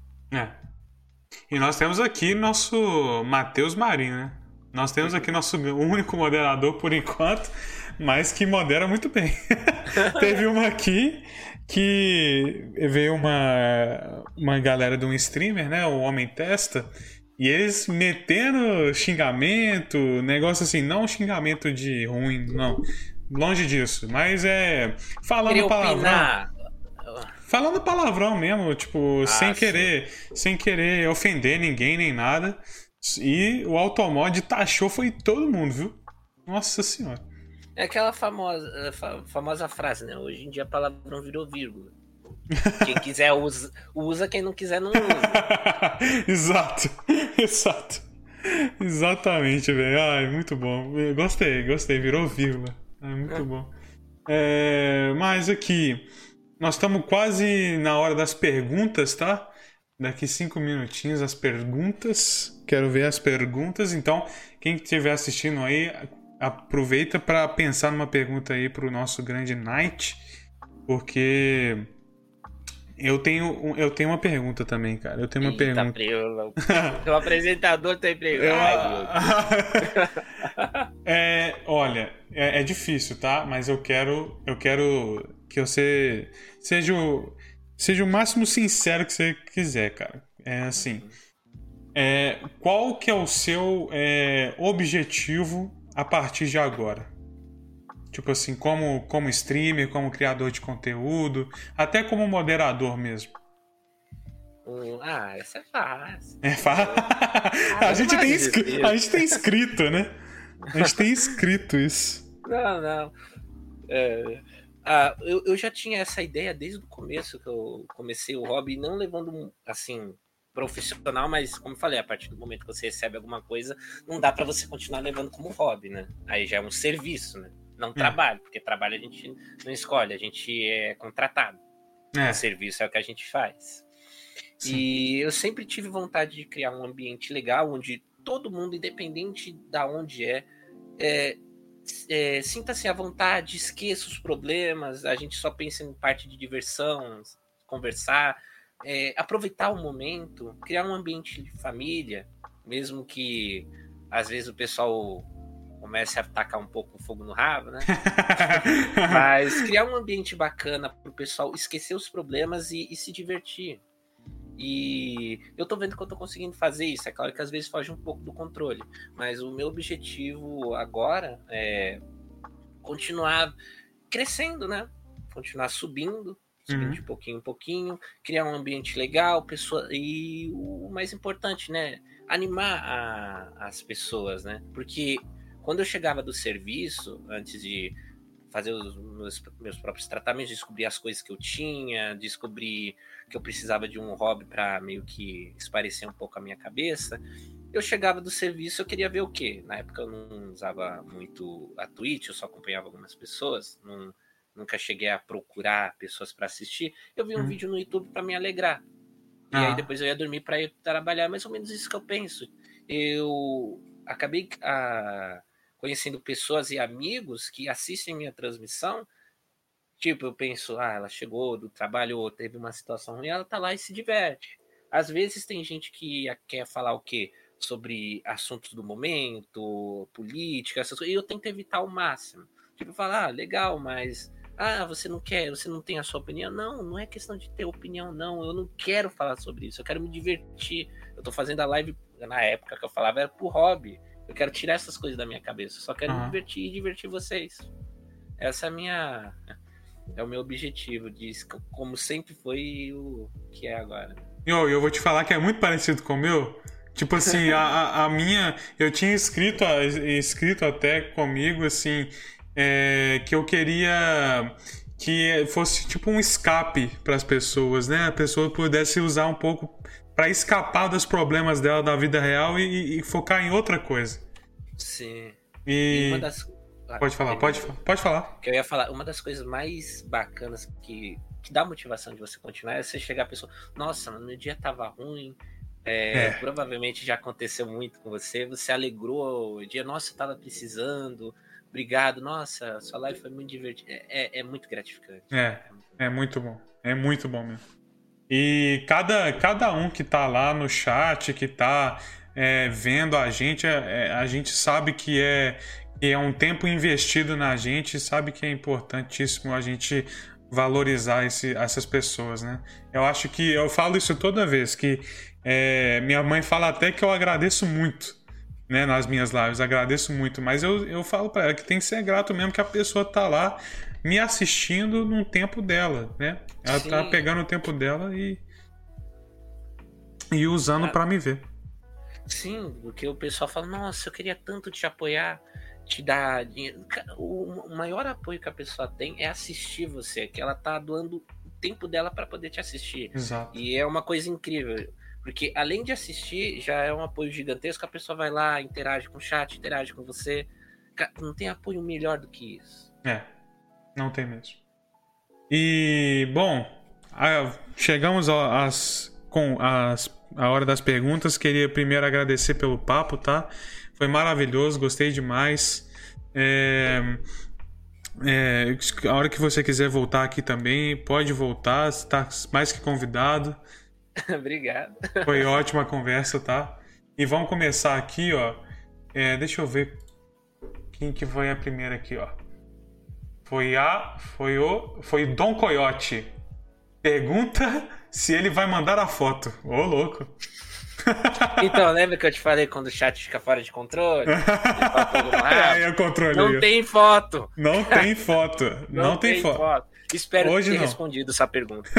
E nós temos aqui nosso Matheus Marinho, né? Nós temos aqui nosso único moderador por enquanto, mas que modera muito bem. Teve uma aqui que veio uma galera de um streamer, né? O Homem Testa, e eles metendo xingamento, negócio assim, não xingamento de ruim, não. Longe disso, mas falando palavrão. Falando palavrão mesmo, tipo, sem querer ofender ninguém nem nada. E o Automod taxou foi todo mundo, viu? Nossa senhora.
É aquela famosa frase, né? Hoje em dia palavrão virou vírgula. Quem quiser usa, quem não quiser não usa.
Exato. Exatamente, velho. Ai, muito bom. Gostei, virou vírgula. Muito bom. Mas aqui, nós estamos quase na hora das perguntas, tá? Daqui 5 minutinhos as perguntas. Quero ver as perguntas. Então, quem estiver assistindo aí, aproveita para pensar numa pergunta aí pro nosso grande Knight. Porque eu tenho uma pergunta também, cara. Eu tenho uma pergunta.
O apresentador tá empregado.
Olha, é difícil, tá? Mas eu quero que você seja o máximo sincero que você quiser, cara. É assim. Qual que é o seu objetivo a partir de agora? Tipo assim, como streamer, como criador de conteúdo, até como moderador mesmo.
Essa é fácil.
É fácil? A gente tem escrito, né? A gente tem escrito isso.
Não. Eu já tinha essa ideia desde o começo que eu comecei o hobby, não levando assim profissional, mas como eu falei, a partir do momento que você recebe alguma coisa, não dá para você continuar levando como hobby, né? Aí já é um serviço, né? Não trabalho, porque trabalho a gente não escolhe, a gente é contratado. O serviço é o que a gente faz. Sim. E eu sempre tive vontade de criar um ambiente legal, onde todo mundo, independente de onde sinta-se à vontade, esqueça os problemas, a gente só pensa em parte de diversão, conversar, aproveitar o momento, criar um ambiente de família, mesmo que às vezes o pessoal comece a tacar um pouco o fogo no rabo, né? Mas criar um ambiente bacana para o pessoal esquecer os problemas e se divertir. E eu tô vendo que eu tô conseguindo fazer isso. É claro que às vezes foge um pouco do controle, mas o meu objetivo agora é continuar crescendo, né? Continuar subindo de pouquinho em pouquinho, criar um ambiente legal, e o mais importante, né? Animar as pessoas, né? Porque quando eu chegava do serviço, antes de fazer os meus próprios tratamentos, descobrir as coisas que eu tinha, descobrir que eu precisava de um hobby para meio que esparecer um pouco a minha cabeça, eu chegava do serviço, eu queria ver o quê? Na época eu não usava muito a Twitch, eu só acompanhava algumas pessoas, nunca cheguei a procurar pessoas para assistir, eu vi um vídeo no YouTube para me alegrar. E aí depois eu ia dormir para ir trabalhar, mais ou menos isso que eu penso. Eu acabei conhecendo pessoas e amigos que assistem minha transmissão. Tipo, eu penso, ela chegou do trabalho ou teve uma situação ruim, ela tá lá e se diverte. Às vezes tem gente que quer falar o quê? Sobre assuntos do momento, política, essas coisas, e eu tento evitar ao máximo. Tipo, falar, legal, mas você não quer, você não tem a sua opinião? Não é questão de ter opinião, não. Eu não quero falar sobre isso, eu quero me divertir. Eu tô fazendo a live, na época que eu falava, era pro hobby. Eu quero tirar essas coisas da minha cabeça. Eu só quero me divertir e divertir vocês. Essa é o meu objetivo disso, como sempre foi o que é agora.
Eu vou te falar que é muito parecido com o meu. Tipo assim, a minha... Eu tinha escrito até comigo, assim, que eu queria que fosse tipo um escape para as pessoas, né? A pessoa pudesse usar um pouco para escapar dos problemas dela da vida real e focar em outra coisa.
Sim.
E uma das... Pode falar.
Que eu ia falar, uma das coisas mais bacanas que dá motivação de você continuar é você chegar a pessoa, nossa, meu dia tava ruim, provavelmente já aconteceu muito com você, você alegrou o dia, nossa, eu tava precisando, obrigado, nossa, sua live foi muito divertida, é muito gratificante.
É muito bom mesmo. E cada um que tá lá no chat, que tá vendo a gente sabe que é um tempo investido na gente, sabe que é importantíssimo a gente valorizar essas pessoas, né? Eu acho que eu falo isso toda vez, que minha mãe fala até que eu agradeço muito, né, nas minhas lives, agradeço muito, mas eu falo pra ela que tem que ser grato mesmo que a pessoa tá lá me assistindo num tempo dela, né? Ela tá pegando o tempo dela e usando pra me ver.
Sim, porque o pessoal fala, nossa, eu queria tanto te apoiar, te dar dinheiro. O maior apoio que a pessoa tem é assistir você, que ela tá doando o tempo dela para poder te assistir.
Exato.
E é uma coisa incrível, porque além de assistir, já é um apoio gigantesco, a pessoa vai lá, interage com o chat, interage com você. Não tem apoio melhor do que isso.
Não tem mesmo. E, bom, chegamos a hora das perguntas. Queria primeiro agradecer pelo papo, tá? Foi maravilhoso, gostei demais. A hora que você quiser voltar aqui também, pode voltar, você está mais que convidado.
Obrigado.
Foi ótima a conversa, tá? E vamos começar aqui, ó. Deixa eu ver quem que foi a primeira aqui, ó. Foi Dom Coyote. Pergunta se ele vai mandar a foto. Ô, louco.
Então, lembra que eu te falei quando o chat fica fora de controle?
É o controle.
Não tem foto.
Não tem foto. Não tem foto.
Espero
Hoje
ter
não.
respondido essa pergunta.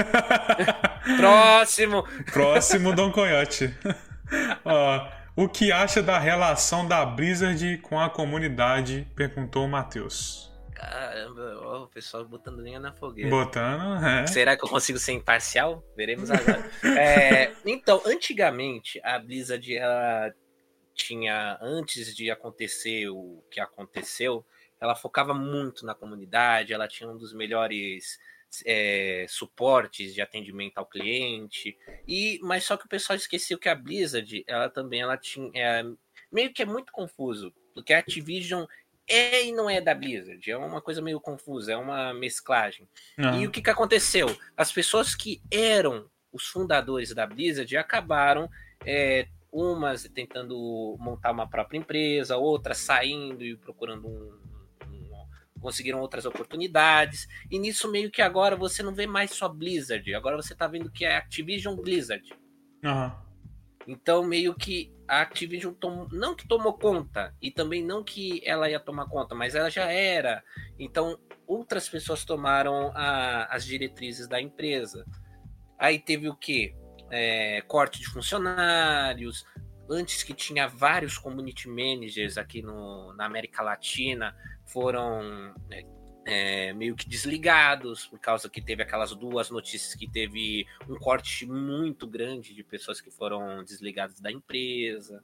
Próximo Dom Coyote. Ó, o que acha da relação da Blizzard com a comunidade? Perguntou o Matheus.
Caramba, ó, o pessoal botando linha na fogueira.
Botando.
Será que eu consigo ser imparcial? Veremos agora. Então, antigamente, a Blizzard, ela tinha, antes de acontecer o que aconteceu, ela focava muito na comunidade, ela tinha um dos melhores suportes de atendimento ao cliente, mas só que o pessoal esqueceu que a Blizzard, ela tinha, meio que é muito confuso, porque a Activision e não é da Blizzard, é uma coisa meio confusa, é uma mesclagem. E o que aconteceu? As pessoas que eram os fundadores da Blizzard acabaram, umas tentando montar uma própria empresa, outras saindo e procurando conseguiram outras oportunidades, e nisso meio que agora você não vê mais só Blizzard, agora você tá vendo que é Activision Blizzard. Então meio que a Activision não que tomou conta, e também não que ela ia tomar conta, mas ela já era. Então outras pessoas tomaram as diretrizes da empresa. Aí teve o quê? Corte de funcionários. Antes que tinha vários community managers aqui na América Latina, foram meio que desligados, por causa que teve aquelas duas notícias que teve um corte muito grande de pessoas que foram desligadas da empresa.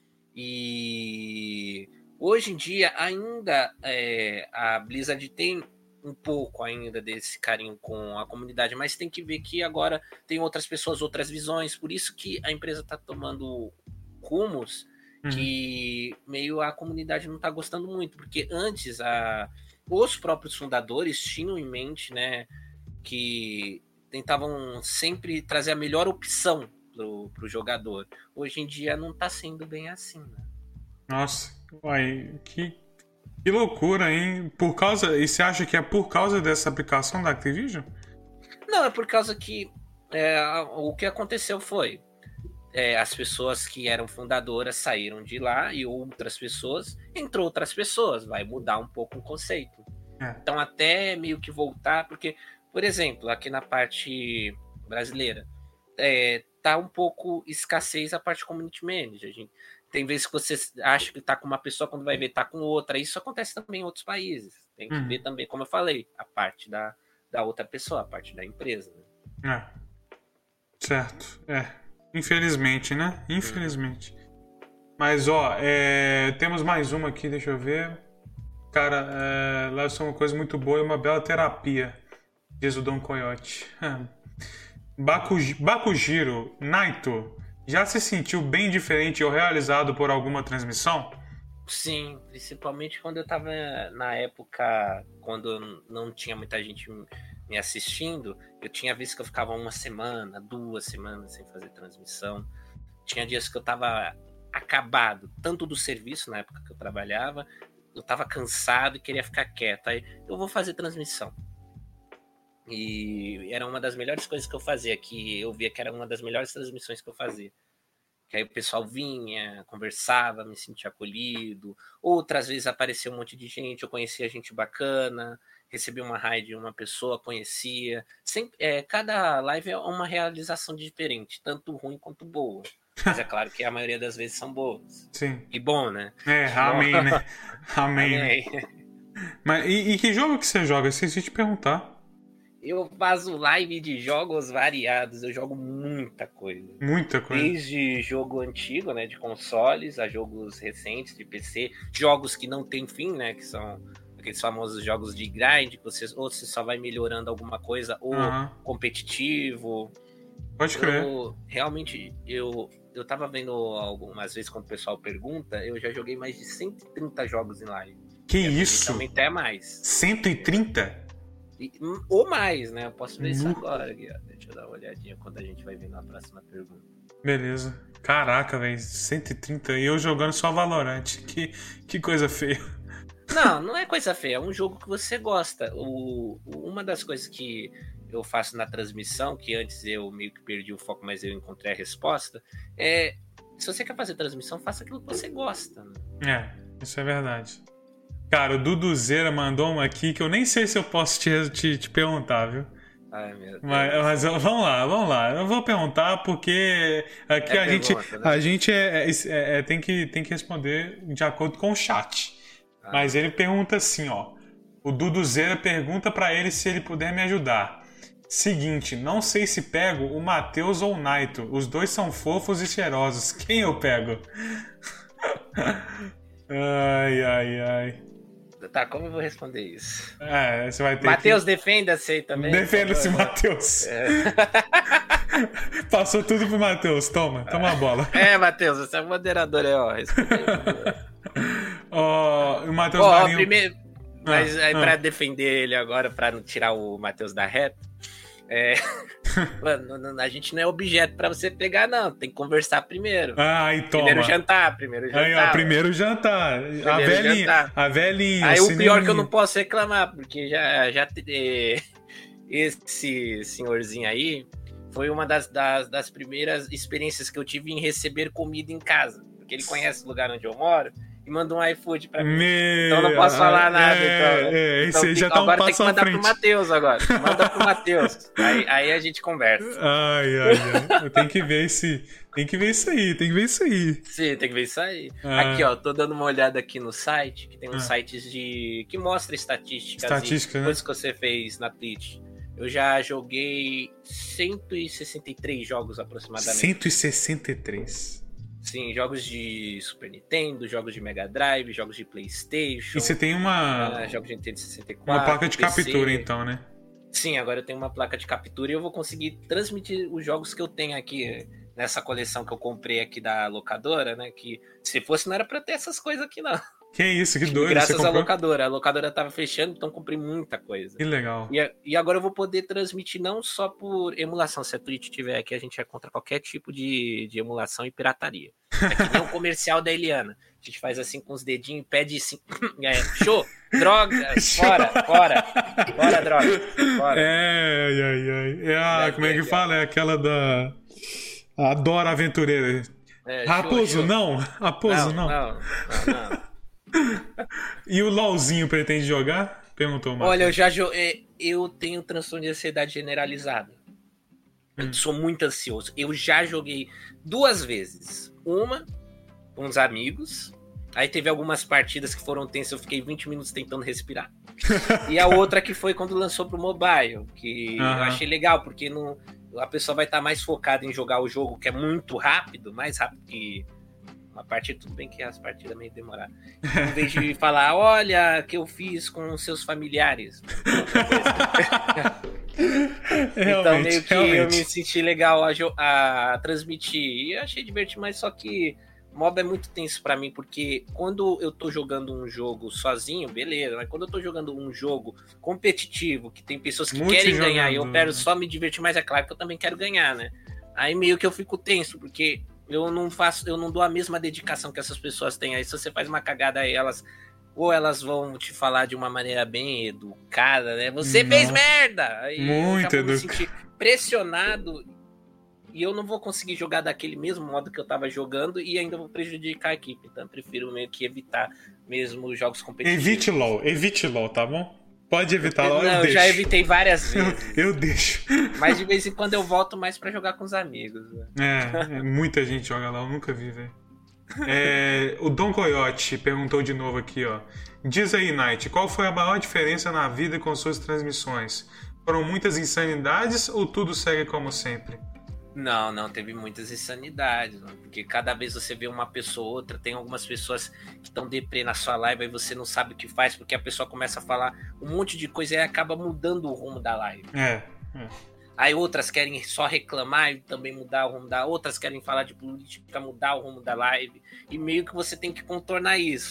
E hoje em dia ainda a Blizzard tem um pouco ainda desse carinho com a comunidade, mas tem que ver que agora tem outras pessoas, outras visões, por isso que a empresa está tomando rumos que meio a comunidade não está gostando muito, porque antes os próprios fundadores tinham em mente, né, que tentavam sempre trazer a melhor opção pro jogador. Hoje em dia não está sendo bem assim, né?
Nossa, que loucura, hein? E você acha que é por causa dessa aplicação da Activision?
Não, é por causa que o que aconteceu foi as pessoas que eram fundadoras saíram de lá e entrou outras pessoas, vai mudar um pouco o conceito. Então até meio que voltar, porque, por exemplo, aqui na parte brasileira, tá um pouco escassez a parte community manager. Tem vezes que você acha que tá com uma pessoa, quando vai ver tá com outra. Isso acontece também em outros países. Tem que ver também, como eu falei, a parte da outra pessoa, a parte da empresa. Né?
Certo, Infelizmente, né? Infelizmente. Mas, temos mais uma aqui, deixa eu ver. Cara, lá é uma coisa muito boa e uma bela terapia, diz o Dom Coyote. Bakujiro, Naito, já se sentiu bem diferente ou realizado por alguma transmissão?
Sim, principalmente quando eu tava na época, quando não tinha muita gente me assistindo, eu tinha visto que eu ficava 1 semana, 2 semanas sem fazer transmissão. Tinha dias que eu tava acabado, tanto do serviço na época que eu trabalhava, eu tava cansado e queria ficar quieto. Aí eu vou fazer transmissão. E era uma das melhores coisas que eu fazia, que eu via que era uma das melhores transmissões que eu fazia. Que aí o pessoal vinha, conversava, me sentia acolhido. Outras vezes apareceu um monte de gente, eu conhecia gente bacana, recebi uma raid de uma pessoa, conhecia. Sempre, cada live é uma realização diferente, tanto ruim quanto boa. Mas é claro que a maioria das vezes são boas.
Sim.
E bom, né?
Amém, né? Amém. Mas, e que jogo que você joga? Esqueci de te perguntar.
Eu faço live de jogos variados, eu jogo muita coisa.
Muita coisa.
Desde jogo antigo, né, de consoles, a jogos recentes de PC, jogos que não tem fim, né, que são aqueles famosos jogos de grind, que você só vai melhorando alguma coisa, ou competitivo.
Pode crer.
Realmente, eu tava vendo algumas vezes quando o pessoal pergunta, eu já joguei mais de 130 jogos em live.
Que isso?
Até mais.
130?
Ou mais, né? Eu posso ver isso agora aqui, ó. Deixa eu dar uma olhadinha quando a gente vai ver na próxima pergunta.
Beleza. Caraca, velho. 130 e eu jogando só Valorant. Que coisa feia.
Não é coisa feia. É um jogo que você gosta. Uma das coisas que eu faço na transmissão, que antes eu meio que perdi o foco, mas eu encontrei a resposta, se você quer fazer transmissão, faça aquilo que você gosta. Né?
Isso é verdade. Cara, o Duduzeira mandou uma aqui que eu nem sei se eu posso te perguntar, viu?
Ai, meu Deus.
Mas vamos lá. Eu vou perguntar porque aqui a gente tem que responder de acordo com o chat. Mas ele pergunta assim, ó. O Duduzeira pergunta pra ele se ele puder me ajudar. Seguinte, não sei se pego o Matheus ou o Naito. Os dois são fofos e cheirosos. Quem eu pego? Ai.
Tá, como eu vou responder isso?
Você vai ter
Matheus, defenda-se aí também.
Defenda-se, Matheus. Passou tudo pro Matheus. Toma a bola.
Matheus, você é moderador aí, ó. Responde aí.
O Matheus Marinho...
Primeiro... Mas aí pra defender ele agora, pra não tirar o Matheus da reta, Mano, a gente não é objeto pra você pegar, não. Tem que conversar primeiro.
Aí toma.
Primeiro jantar.
Aí, ó, primeiro jantar. A velhinha.
Aí o pior que eu não posso reclamar, porque já esse senhorzinho aí foi uma das primeiras experiências que eu tive em receber comida em casa. Porque ele conhece o lugar onde eu moro e mandou um iFood pra mim. Então não posso falar nada. Então
esse já tá um passo à frente. Agora tem que mandar
pro Matheus agora. Manda pro Matheus. Aí a gente conversa.
Ai. Tem que ver isso aí.
Sim, tem que ver isso aí. Aqui, ó, tô dando uma olhada aqui no site, que tem uns sites que mostra estatísticas
né?
coisas que você fez na Twitch. Eu já joguei 163 jogos aproximadamente.
163?
Sim, jogos de Super Nintendo, jogos de Mega Drive, jogos de PlayStation.
E você tem
jogos de Nintendo 64.
Uma placa de
PC.
captura, então, né?
Sim, agora eu tenho uma placa de captura e eu vou conseguir transmitir os jogos que eu tenho aqui nessa coleção que eu comprei aqui da locadora, né? Que se fosse não era pra ter essas coisas aqui, não.
Que isso, que doido.
Graças à locadora. A locadora tava fechando, então comprei muita coisa.
Que legal.
E agora eu vou poder transmitir não só por emulação. Se a Twitch tiver aqui, a gente é contra qualquer tipo de emulação e pirataria. É que nem o comercial da Eliana. A gente faz assim com os dedinhos e pede assim. Show! Droga! Fora, droga! Fora.
Como é que fala? É aquela da... Adoro Aventureira. Raposo, não. Raposo, não. Não. E o LOLzinho pretende jogar? Perguntou o Marcos.
Olha, eu tenho transtorno de ansiedade generalizada. Eu sou muito ansioso. Eu já joguei 2 vezes. Uma com uns amigos. Aí teve algumas partidas que foram tensas. Eu fiquei 20 minutos tentando respirar. E a outra que foi quando lançou pro mobile. Que eu achei legal, porque a pessoa vai estar mais focada em jogar o jogo, que é muito rápido. Mais rápido que... uma partida, tudo bem que as partidas meio demoradas. Em vez de falar, olha, que eu fiz com seus familiares. Então meio que eu me senti legal a transmitir. E eu achei divertido, mas só que MOBA é muito tenso pra mim, porque quando eu tô jogando um jogo sozinho, beleza, mas quando eu tô jogando um jogo competitivo, que tem pessoas que querem ganhar e eu quero só me divertir, mas é claro que eu também quero ganhar, né? Aí meio que eu fico tenso, porque eu não dou a mesma dedicação que essas pessoas têm. Aí se você faz uma cagada aí, elas vão te falar de uma maneira bem educada, né? Você fez merda! Aí
muito
eu já vou me sentir pressionado e eu não vou conseguir jogar daquele mesmo modo que eu tava jogando e ainda vou prejudicar a equipe. Então eu prefiro meio que evitar mesmo os jogos competitivos.
Evite LOL, tá bom? Pode evitar LOL,
eu já evitei várias vezes.
Eu deixo.
Mas de vez em quando eu volto mais pra jogar com os amigos.
Muita gente joga lá, eu nunca vi, velho. O Dom Coyote perguntou de novo aqui, ó. Diz aí, Knight, qual foi a maior diferença na vida com suas transmissões? Foram muitas insanidades ou tudo segue como sempre?
Não, teve muitas insanidades, mano, porque cada vez você vê uma pessoa ou outra, tem algumas pessoas que estão deprê na sua live e você não sabe o que faz, porque a pessoa começa a falar um monte de coisa e acaba mudando o rumo da live. Aí outras querem só reclamar e também mudar o rumo da... Outras querem falar de política, mudar o rumo da live, e meio que você tem que contornar isso.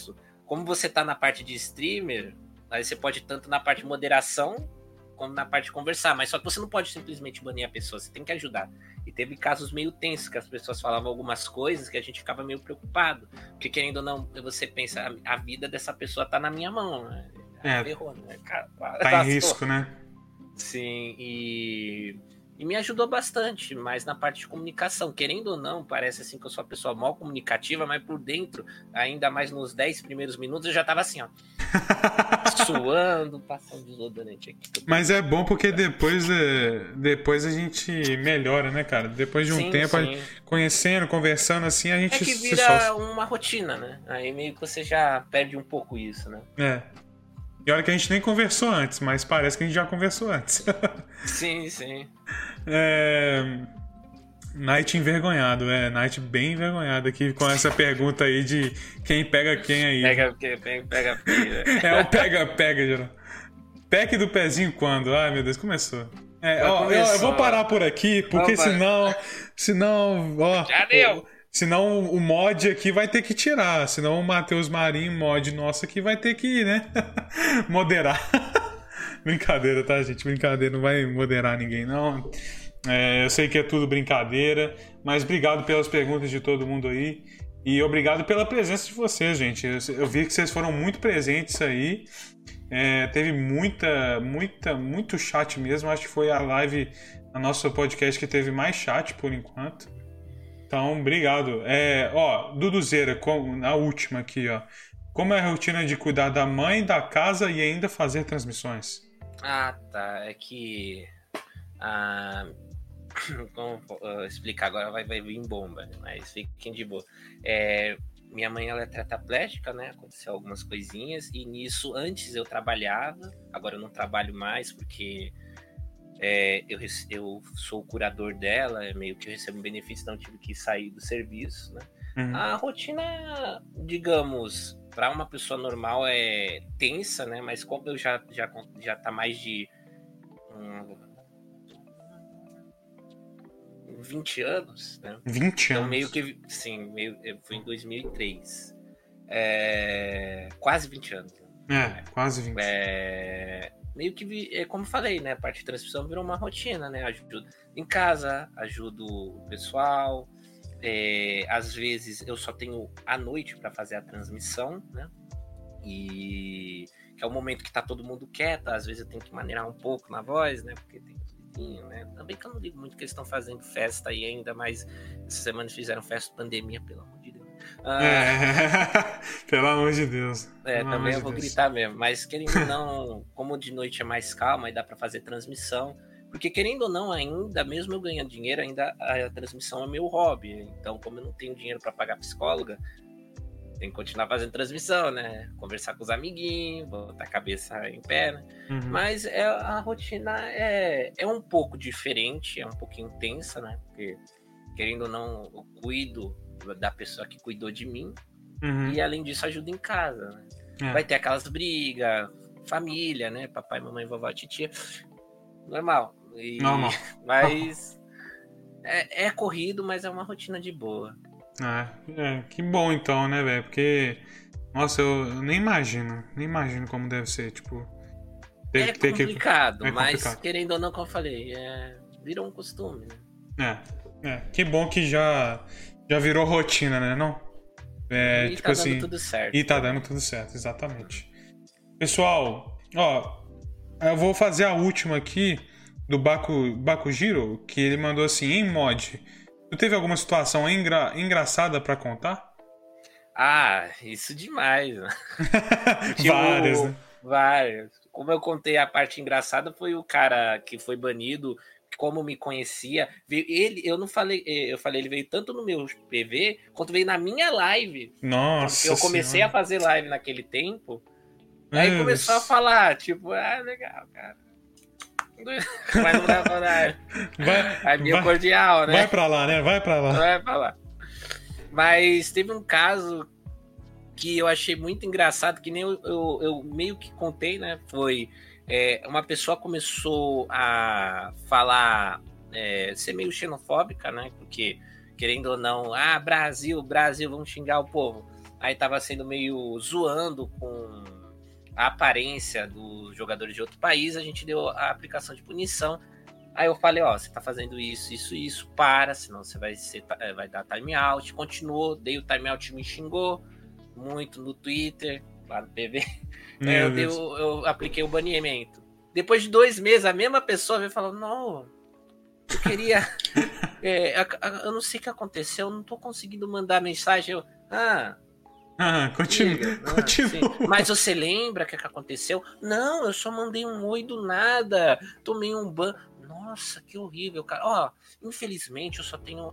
como você tá na parte de streamer, aí você pode tanto na parte de moderação como na parte de conversar, mas só que você não pode simplesmente banir a pessoa, você tem que ajudar. E teve casos meio tensos, que as pessoas falavam algumas coisas que a gente ficava meio preocupado, porque querendo ou não, você pensa, a vida dessa pessoa tá na minha mão, né? Ferrou, né?
Tá em risco, né?
Sim, e me ajudou bastante, mas na parte de comunicação, querendo ou não, parece assim que eu sou uma pessoa mal comunicativa, mas por dentro, ainda mais nos 10 primeiros minutos, eu já tava assim, ó. Suando, passando desodorante aqui.
Mas é bom porque depois a gente melhora, né, cara? Depois de um tempo, conhecendo, conversando assim, a gente
que vira uma rotina, né? Aí meio que você já perde um pouco isso, né?
E olha que a gente nem conversou antes, mas parece que a gente já conversou antes.
Sim, sim.
Night envergonhado, Night bem envergonhado aqui com essa pergunta aí de quem pega quem aí.
Pega.
O pega, geral. Pack do pezinho quando? Ai, meu Deus, começou. Eu vou parar por aqui, porque senão, ó...
Já deu!
Senão o mod aqui vai ter que tirar. Senão o Matheus Marinho, mod nosso aqui, vai ter que, né? Moderar. Brincadeira, tá, gente? Brincadeira, não vai moderar ninguém, não. Eu sei que é tudo brincadeira, mas obrigado pelas perguntas de todo mundo aí. E obrigado pela presença de vocês, gente. Eu vi que vocês foram muito presentes aí. Teve muito chat mesmo. Acho que foi a live, a nossa podcast que teve mais chat por enquanto. Então, obrigado. Duduzeira, a última aqui, ó. Como é a rotina de cuidar da mãe, da casa e ainda fazer transmissões?
Ah, tá. É que... como explicar agora vai vir bomba, mas fiquem de boa. Minha mãe, ela é tetraplégica, né? Aconteceu algumas coisinhas. E nisso, antes eu trabalhava. Agora eu não trabalho mais porque... eu sou o curador dela, meio que eu recebo um benefício, então tive que sair do serviço, né? A rotina, digamos, para uma pessoa normal é tensa, né? Mas como eu já tá mais de 20 anos, né?
20
então,
anos?
meio que, sim, foi em 2003. Quase 20 anos.
Quase 20.
Meio que, como falei, né? A parte de transmissão virou uma rotina, né? Ajudo em casa, ajudo o pessoal. Às vezes eu só tenho a noite para fazer a transmissão, né? E que é o momento que tá todo mundo quieto. Às vezes eu tenho que maneirar um pouco na voz, né? Porque tem né? Também que eu não ligo muito que eles estão fazendo festa aí ainda, mas essa semana eles fizeram festa pandemia, pelo amor de Deus.
Pelo amor de Deus.
Também eu vou gritar mesmo. Mas querendo ou não, como de noite é mais calma e dá pra fazer transmissão, porque querendo ou não, ainda, mesmo eu ganhando dinheiro, ainda a transmissão é meu hobby. Então, como eu não tenho dinheiro pra pagar psicóloga, tem que continuar fazendo transmissão, né? Conversar com os amiguinhos, botar a cabeça em pé, né? Mas a rotina é um pouco diferente, é um pouquinho tensa, né? Porque, querendo ou não, eu cuido da pessoa que cuidou de mim. E, além disso, ajuda em casa, né? Vai ter aquelas brigas, família, né? Papai, mamãe, vovó, titia. Normal.
Normal.
Mas é corrido, mas é uma rotina de boa.
Que bom então, né, velho? Porque, nossa, eu nem imagino como deve ser, tipo...
complicado, mas querendo ou não, como eu falei, virou um costume,
né? Que bom que já virou rotina, né, não?
E
tipo
tá
assim,
dando tudo certo.
E tá dando tudo certo, exatamente. Pessoal, eu vou fazer a última aqui do Bakujiro, que ele mandou assim, em mod... Tu teve alguma situação engraçada pra contar?
Isso demais, né?
Várias, né?
Várias. Como eu contei, a parte engraçada foi o cara que foi banido, como me conhecia. Eu não falei, eu falei, ele veio tanto no meu PV, quanto veio na minha live.
Nossa.
Eu comecei a fazer live naquele tempo, aí começou a falar, tipo, legal, cara. Mas não dá pra dar. É meio cordial, né?
Vai pra lá, né? Vai pra lá.
Mas teve um caso que eu achei muito engraçado, que nem eu meio que contei, né? Foi uma pessoa começou a falar, ser meio xenofóbica, né? Porque, querendo ou não, Brasil, vamos xingar o povo. aí tava sendo meio zoando com a aparência dos jogadores de outro país, a gente deu a aplicação de punição. Aí eu falei, ó, você tá fazendo isso, para, senão você vai dar time out. Continuou, dei o time out, me xingou muito no Twitter, lá no PV. Eu apliquei o banimento. Depois de 2 meses, a mesma pessoa veio falando, não, eu queria... eu não sei o que aconteceu, eu não tô conseguindo mandar mensagem.
Continua.
Mas você lembra o que aconteceu? Não, eu só mandei um oi do nada, tomei um ban. Nossa, que horrível, cara. Ó, infelizmente eu só tenho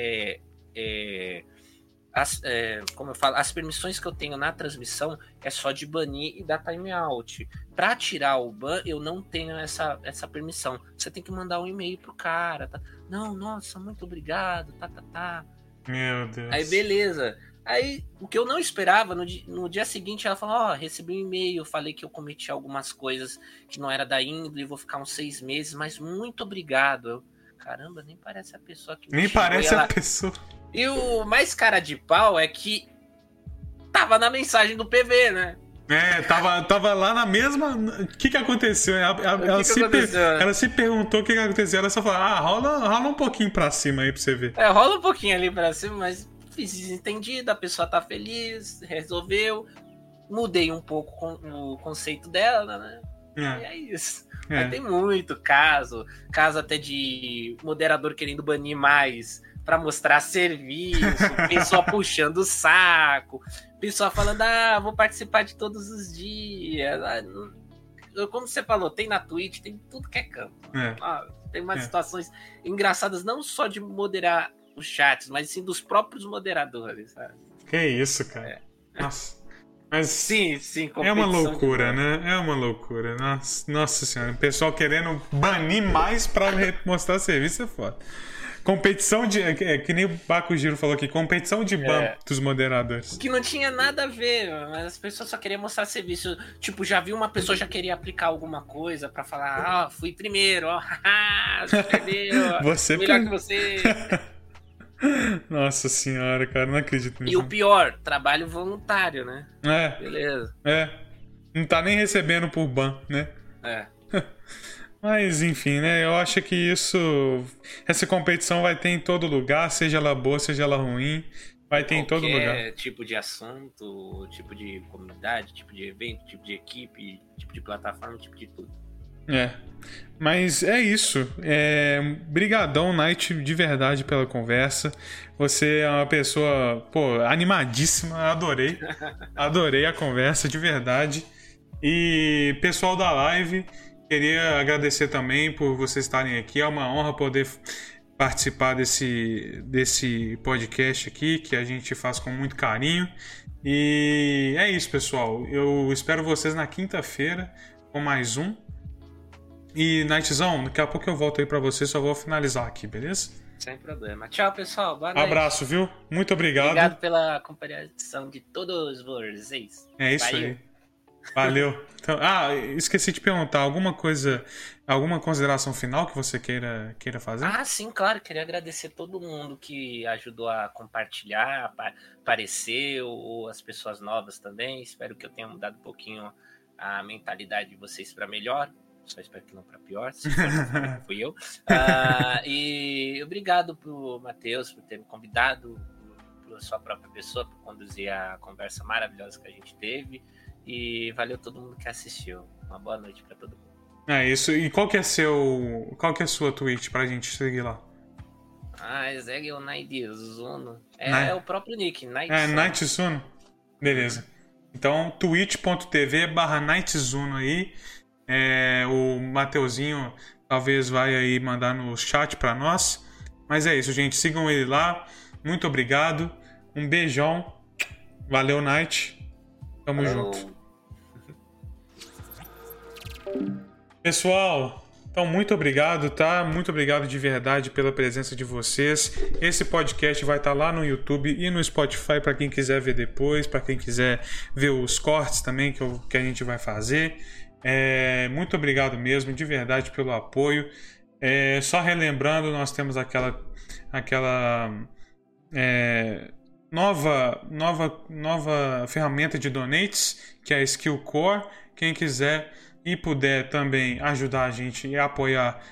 como eu falo, as permissões que eu tenho na transmissão é só de banir e dar timeout. Pra tirar o ban, eu não tenho essa permissão. Você tem que mandar um e-mail pro cara. Tá? Não, nossa, muito obrigado.
Meu Deus.
Aí, beleza. Aí, o que eu não esperava, no dia seguinte, ela falou, recebi um e-mail, falei que eu cometi algumas coisas que não era da índole, vou ficar uns 6 meses, mas muito obrigado. Caramba, nem parece a pessoa que me
Nem parece a pessoa.
E o mais cara de pau é que tava na mensagem do PV, né?
Tava lá na mesma... O que aconteceu? Ela se perguntou o que aconteceu. Ela só falou, rola um pouquinho pra cima aí pra você ver.
Rola um pouquinho ali pra cima, mas... Fiz desentendido, a pessoa tá feliz, resolveu. Mudei um pouco o conceito dela, né? E é isso. Mas tem muito caso até de moderador querendo banir mais pra mostrar serviço, pessoa puxando o saco, pessoa falando, vou participar de todos os dias. Como você falou, tem na Twitch, tem tudo que é campo. Tem umas situações engraçadas, não só de moderar os chats, mas sim dos próprios moderadores, sabe?
Que isso, cara. Nossa. Mas
sim,
é uma loucura, né? É uma loucura. Nossa senhora. O pessoal querendo banir mais pra mostrar serviço é foda. Competição de... que nem o Baco Giro falou aqui. Competição de ban dos moderadores.
Que não tinha nada a ver, mas as pessoas só queriam mostrar serviço. Tipo, já viu uma pessoa já queria aplicar alguma coisa pra falar, fui primeiro, você perdeu,
você
melhor que você...
Nossa senhora, cara, não acredito nisso.
E o pior, trabalho voluntário, né? Beleza.
Não tá nem recebendo por ban, né? Mas enfim, né? Eu acho que essa competição vai ter em todo lugar, seja ela boa, seja ela ruim, vai ter em todo lugar.
Tipo de assunto, tipo de comunidade, tipo de evento, tipo de equipe, tipo de plataforma, tipo de tudo.
Mas é isso. Brigadão, Night, de verdade pela conversa. Você é uma pessoa, animadíssima. Adorei a conversa, de verdade. E pessoal da live, queria agradecer também por vocês estarem aqui. É uma honra poder participar desse podcast aqui, que a gente faz com muito carinho. E é isso, pessoal. Eu espero vocês na quinta-feira com mais um. E, Nightzão, daqui a pouco eu volto aí pra você, só vou finalizar aqui, beleza?
Sem problema. Tchau, pessoal. Boa noite.
Abraço, viu? Muito obrigado.
Obrigado pela compreensão de todos vocês.
É isso aí. Valeu. Então, esqueci de perguntar, alguma consideração final que você queira fazer?
Sim, claro. Queria agradecer todo mundo que ajudou a compartilhar, apareceu, ou as pessoas novas também. Espero que eu tenha mudado um pouquinho a mentalidade de vocês para melhor. Só espero que não para pior, se fui eu. E obrigado pro Matheus por ter me convidado, por sua própria pessoa, por conduzir a conversa maravilhosa que a gente teve. E valeu todo mundo que assistiu. Uma boa noite para todo mundo.
É isso. E qual que é a sua Twitch pra gente seguir lá?
Segue o Nightzone. É o próprio nick, Nightzone.
Nightzone? Beleza. Então, twitch.tv/Nightzone aí. O Mateuzinho talvez vai aí mandar no chat pra nós. Mas é isso, gente. Sigam ele lá. Muito obrigado. Um beijão. Valeu, Night. Tamo junto. Pessoal, então muito obrigado, tá? Muito obrigado de verdade pela presença de vocês. Esse podcast vai estar lá no YouTube e no Spotify para quem quiser ver depois, para quem quiser ver os cortes também que a gente vai fazer. Muito obrigado mesmo, de verdade, pelo apoio. Só relembrando, nós temos aquela nova ferramenta de donates, que é a Skill Core. Quem quiser e puder também ajudar a gente e apoiar,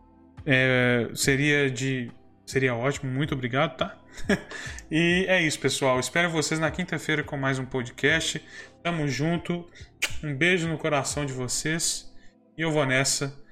seria ótimo. Muito obrigado, tá? E é isso, pessoal. Espero vocês na quinta-feira com mais um podcast. Tamo junto. Um beijo no coração de vocês. E eu vou nessa.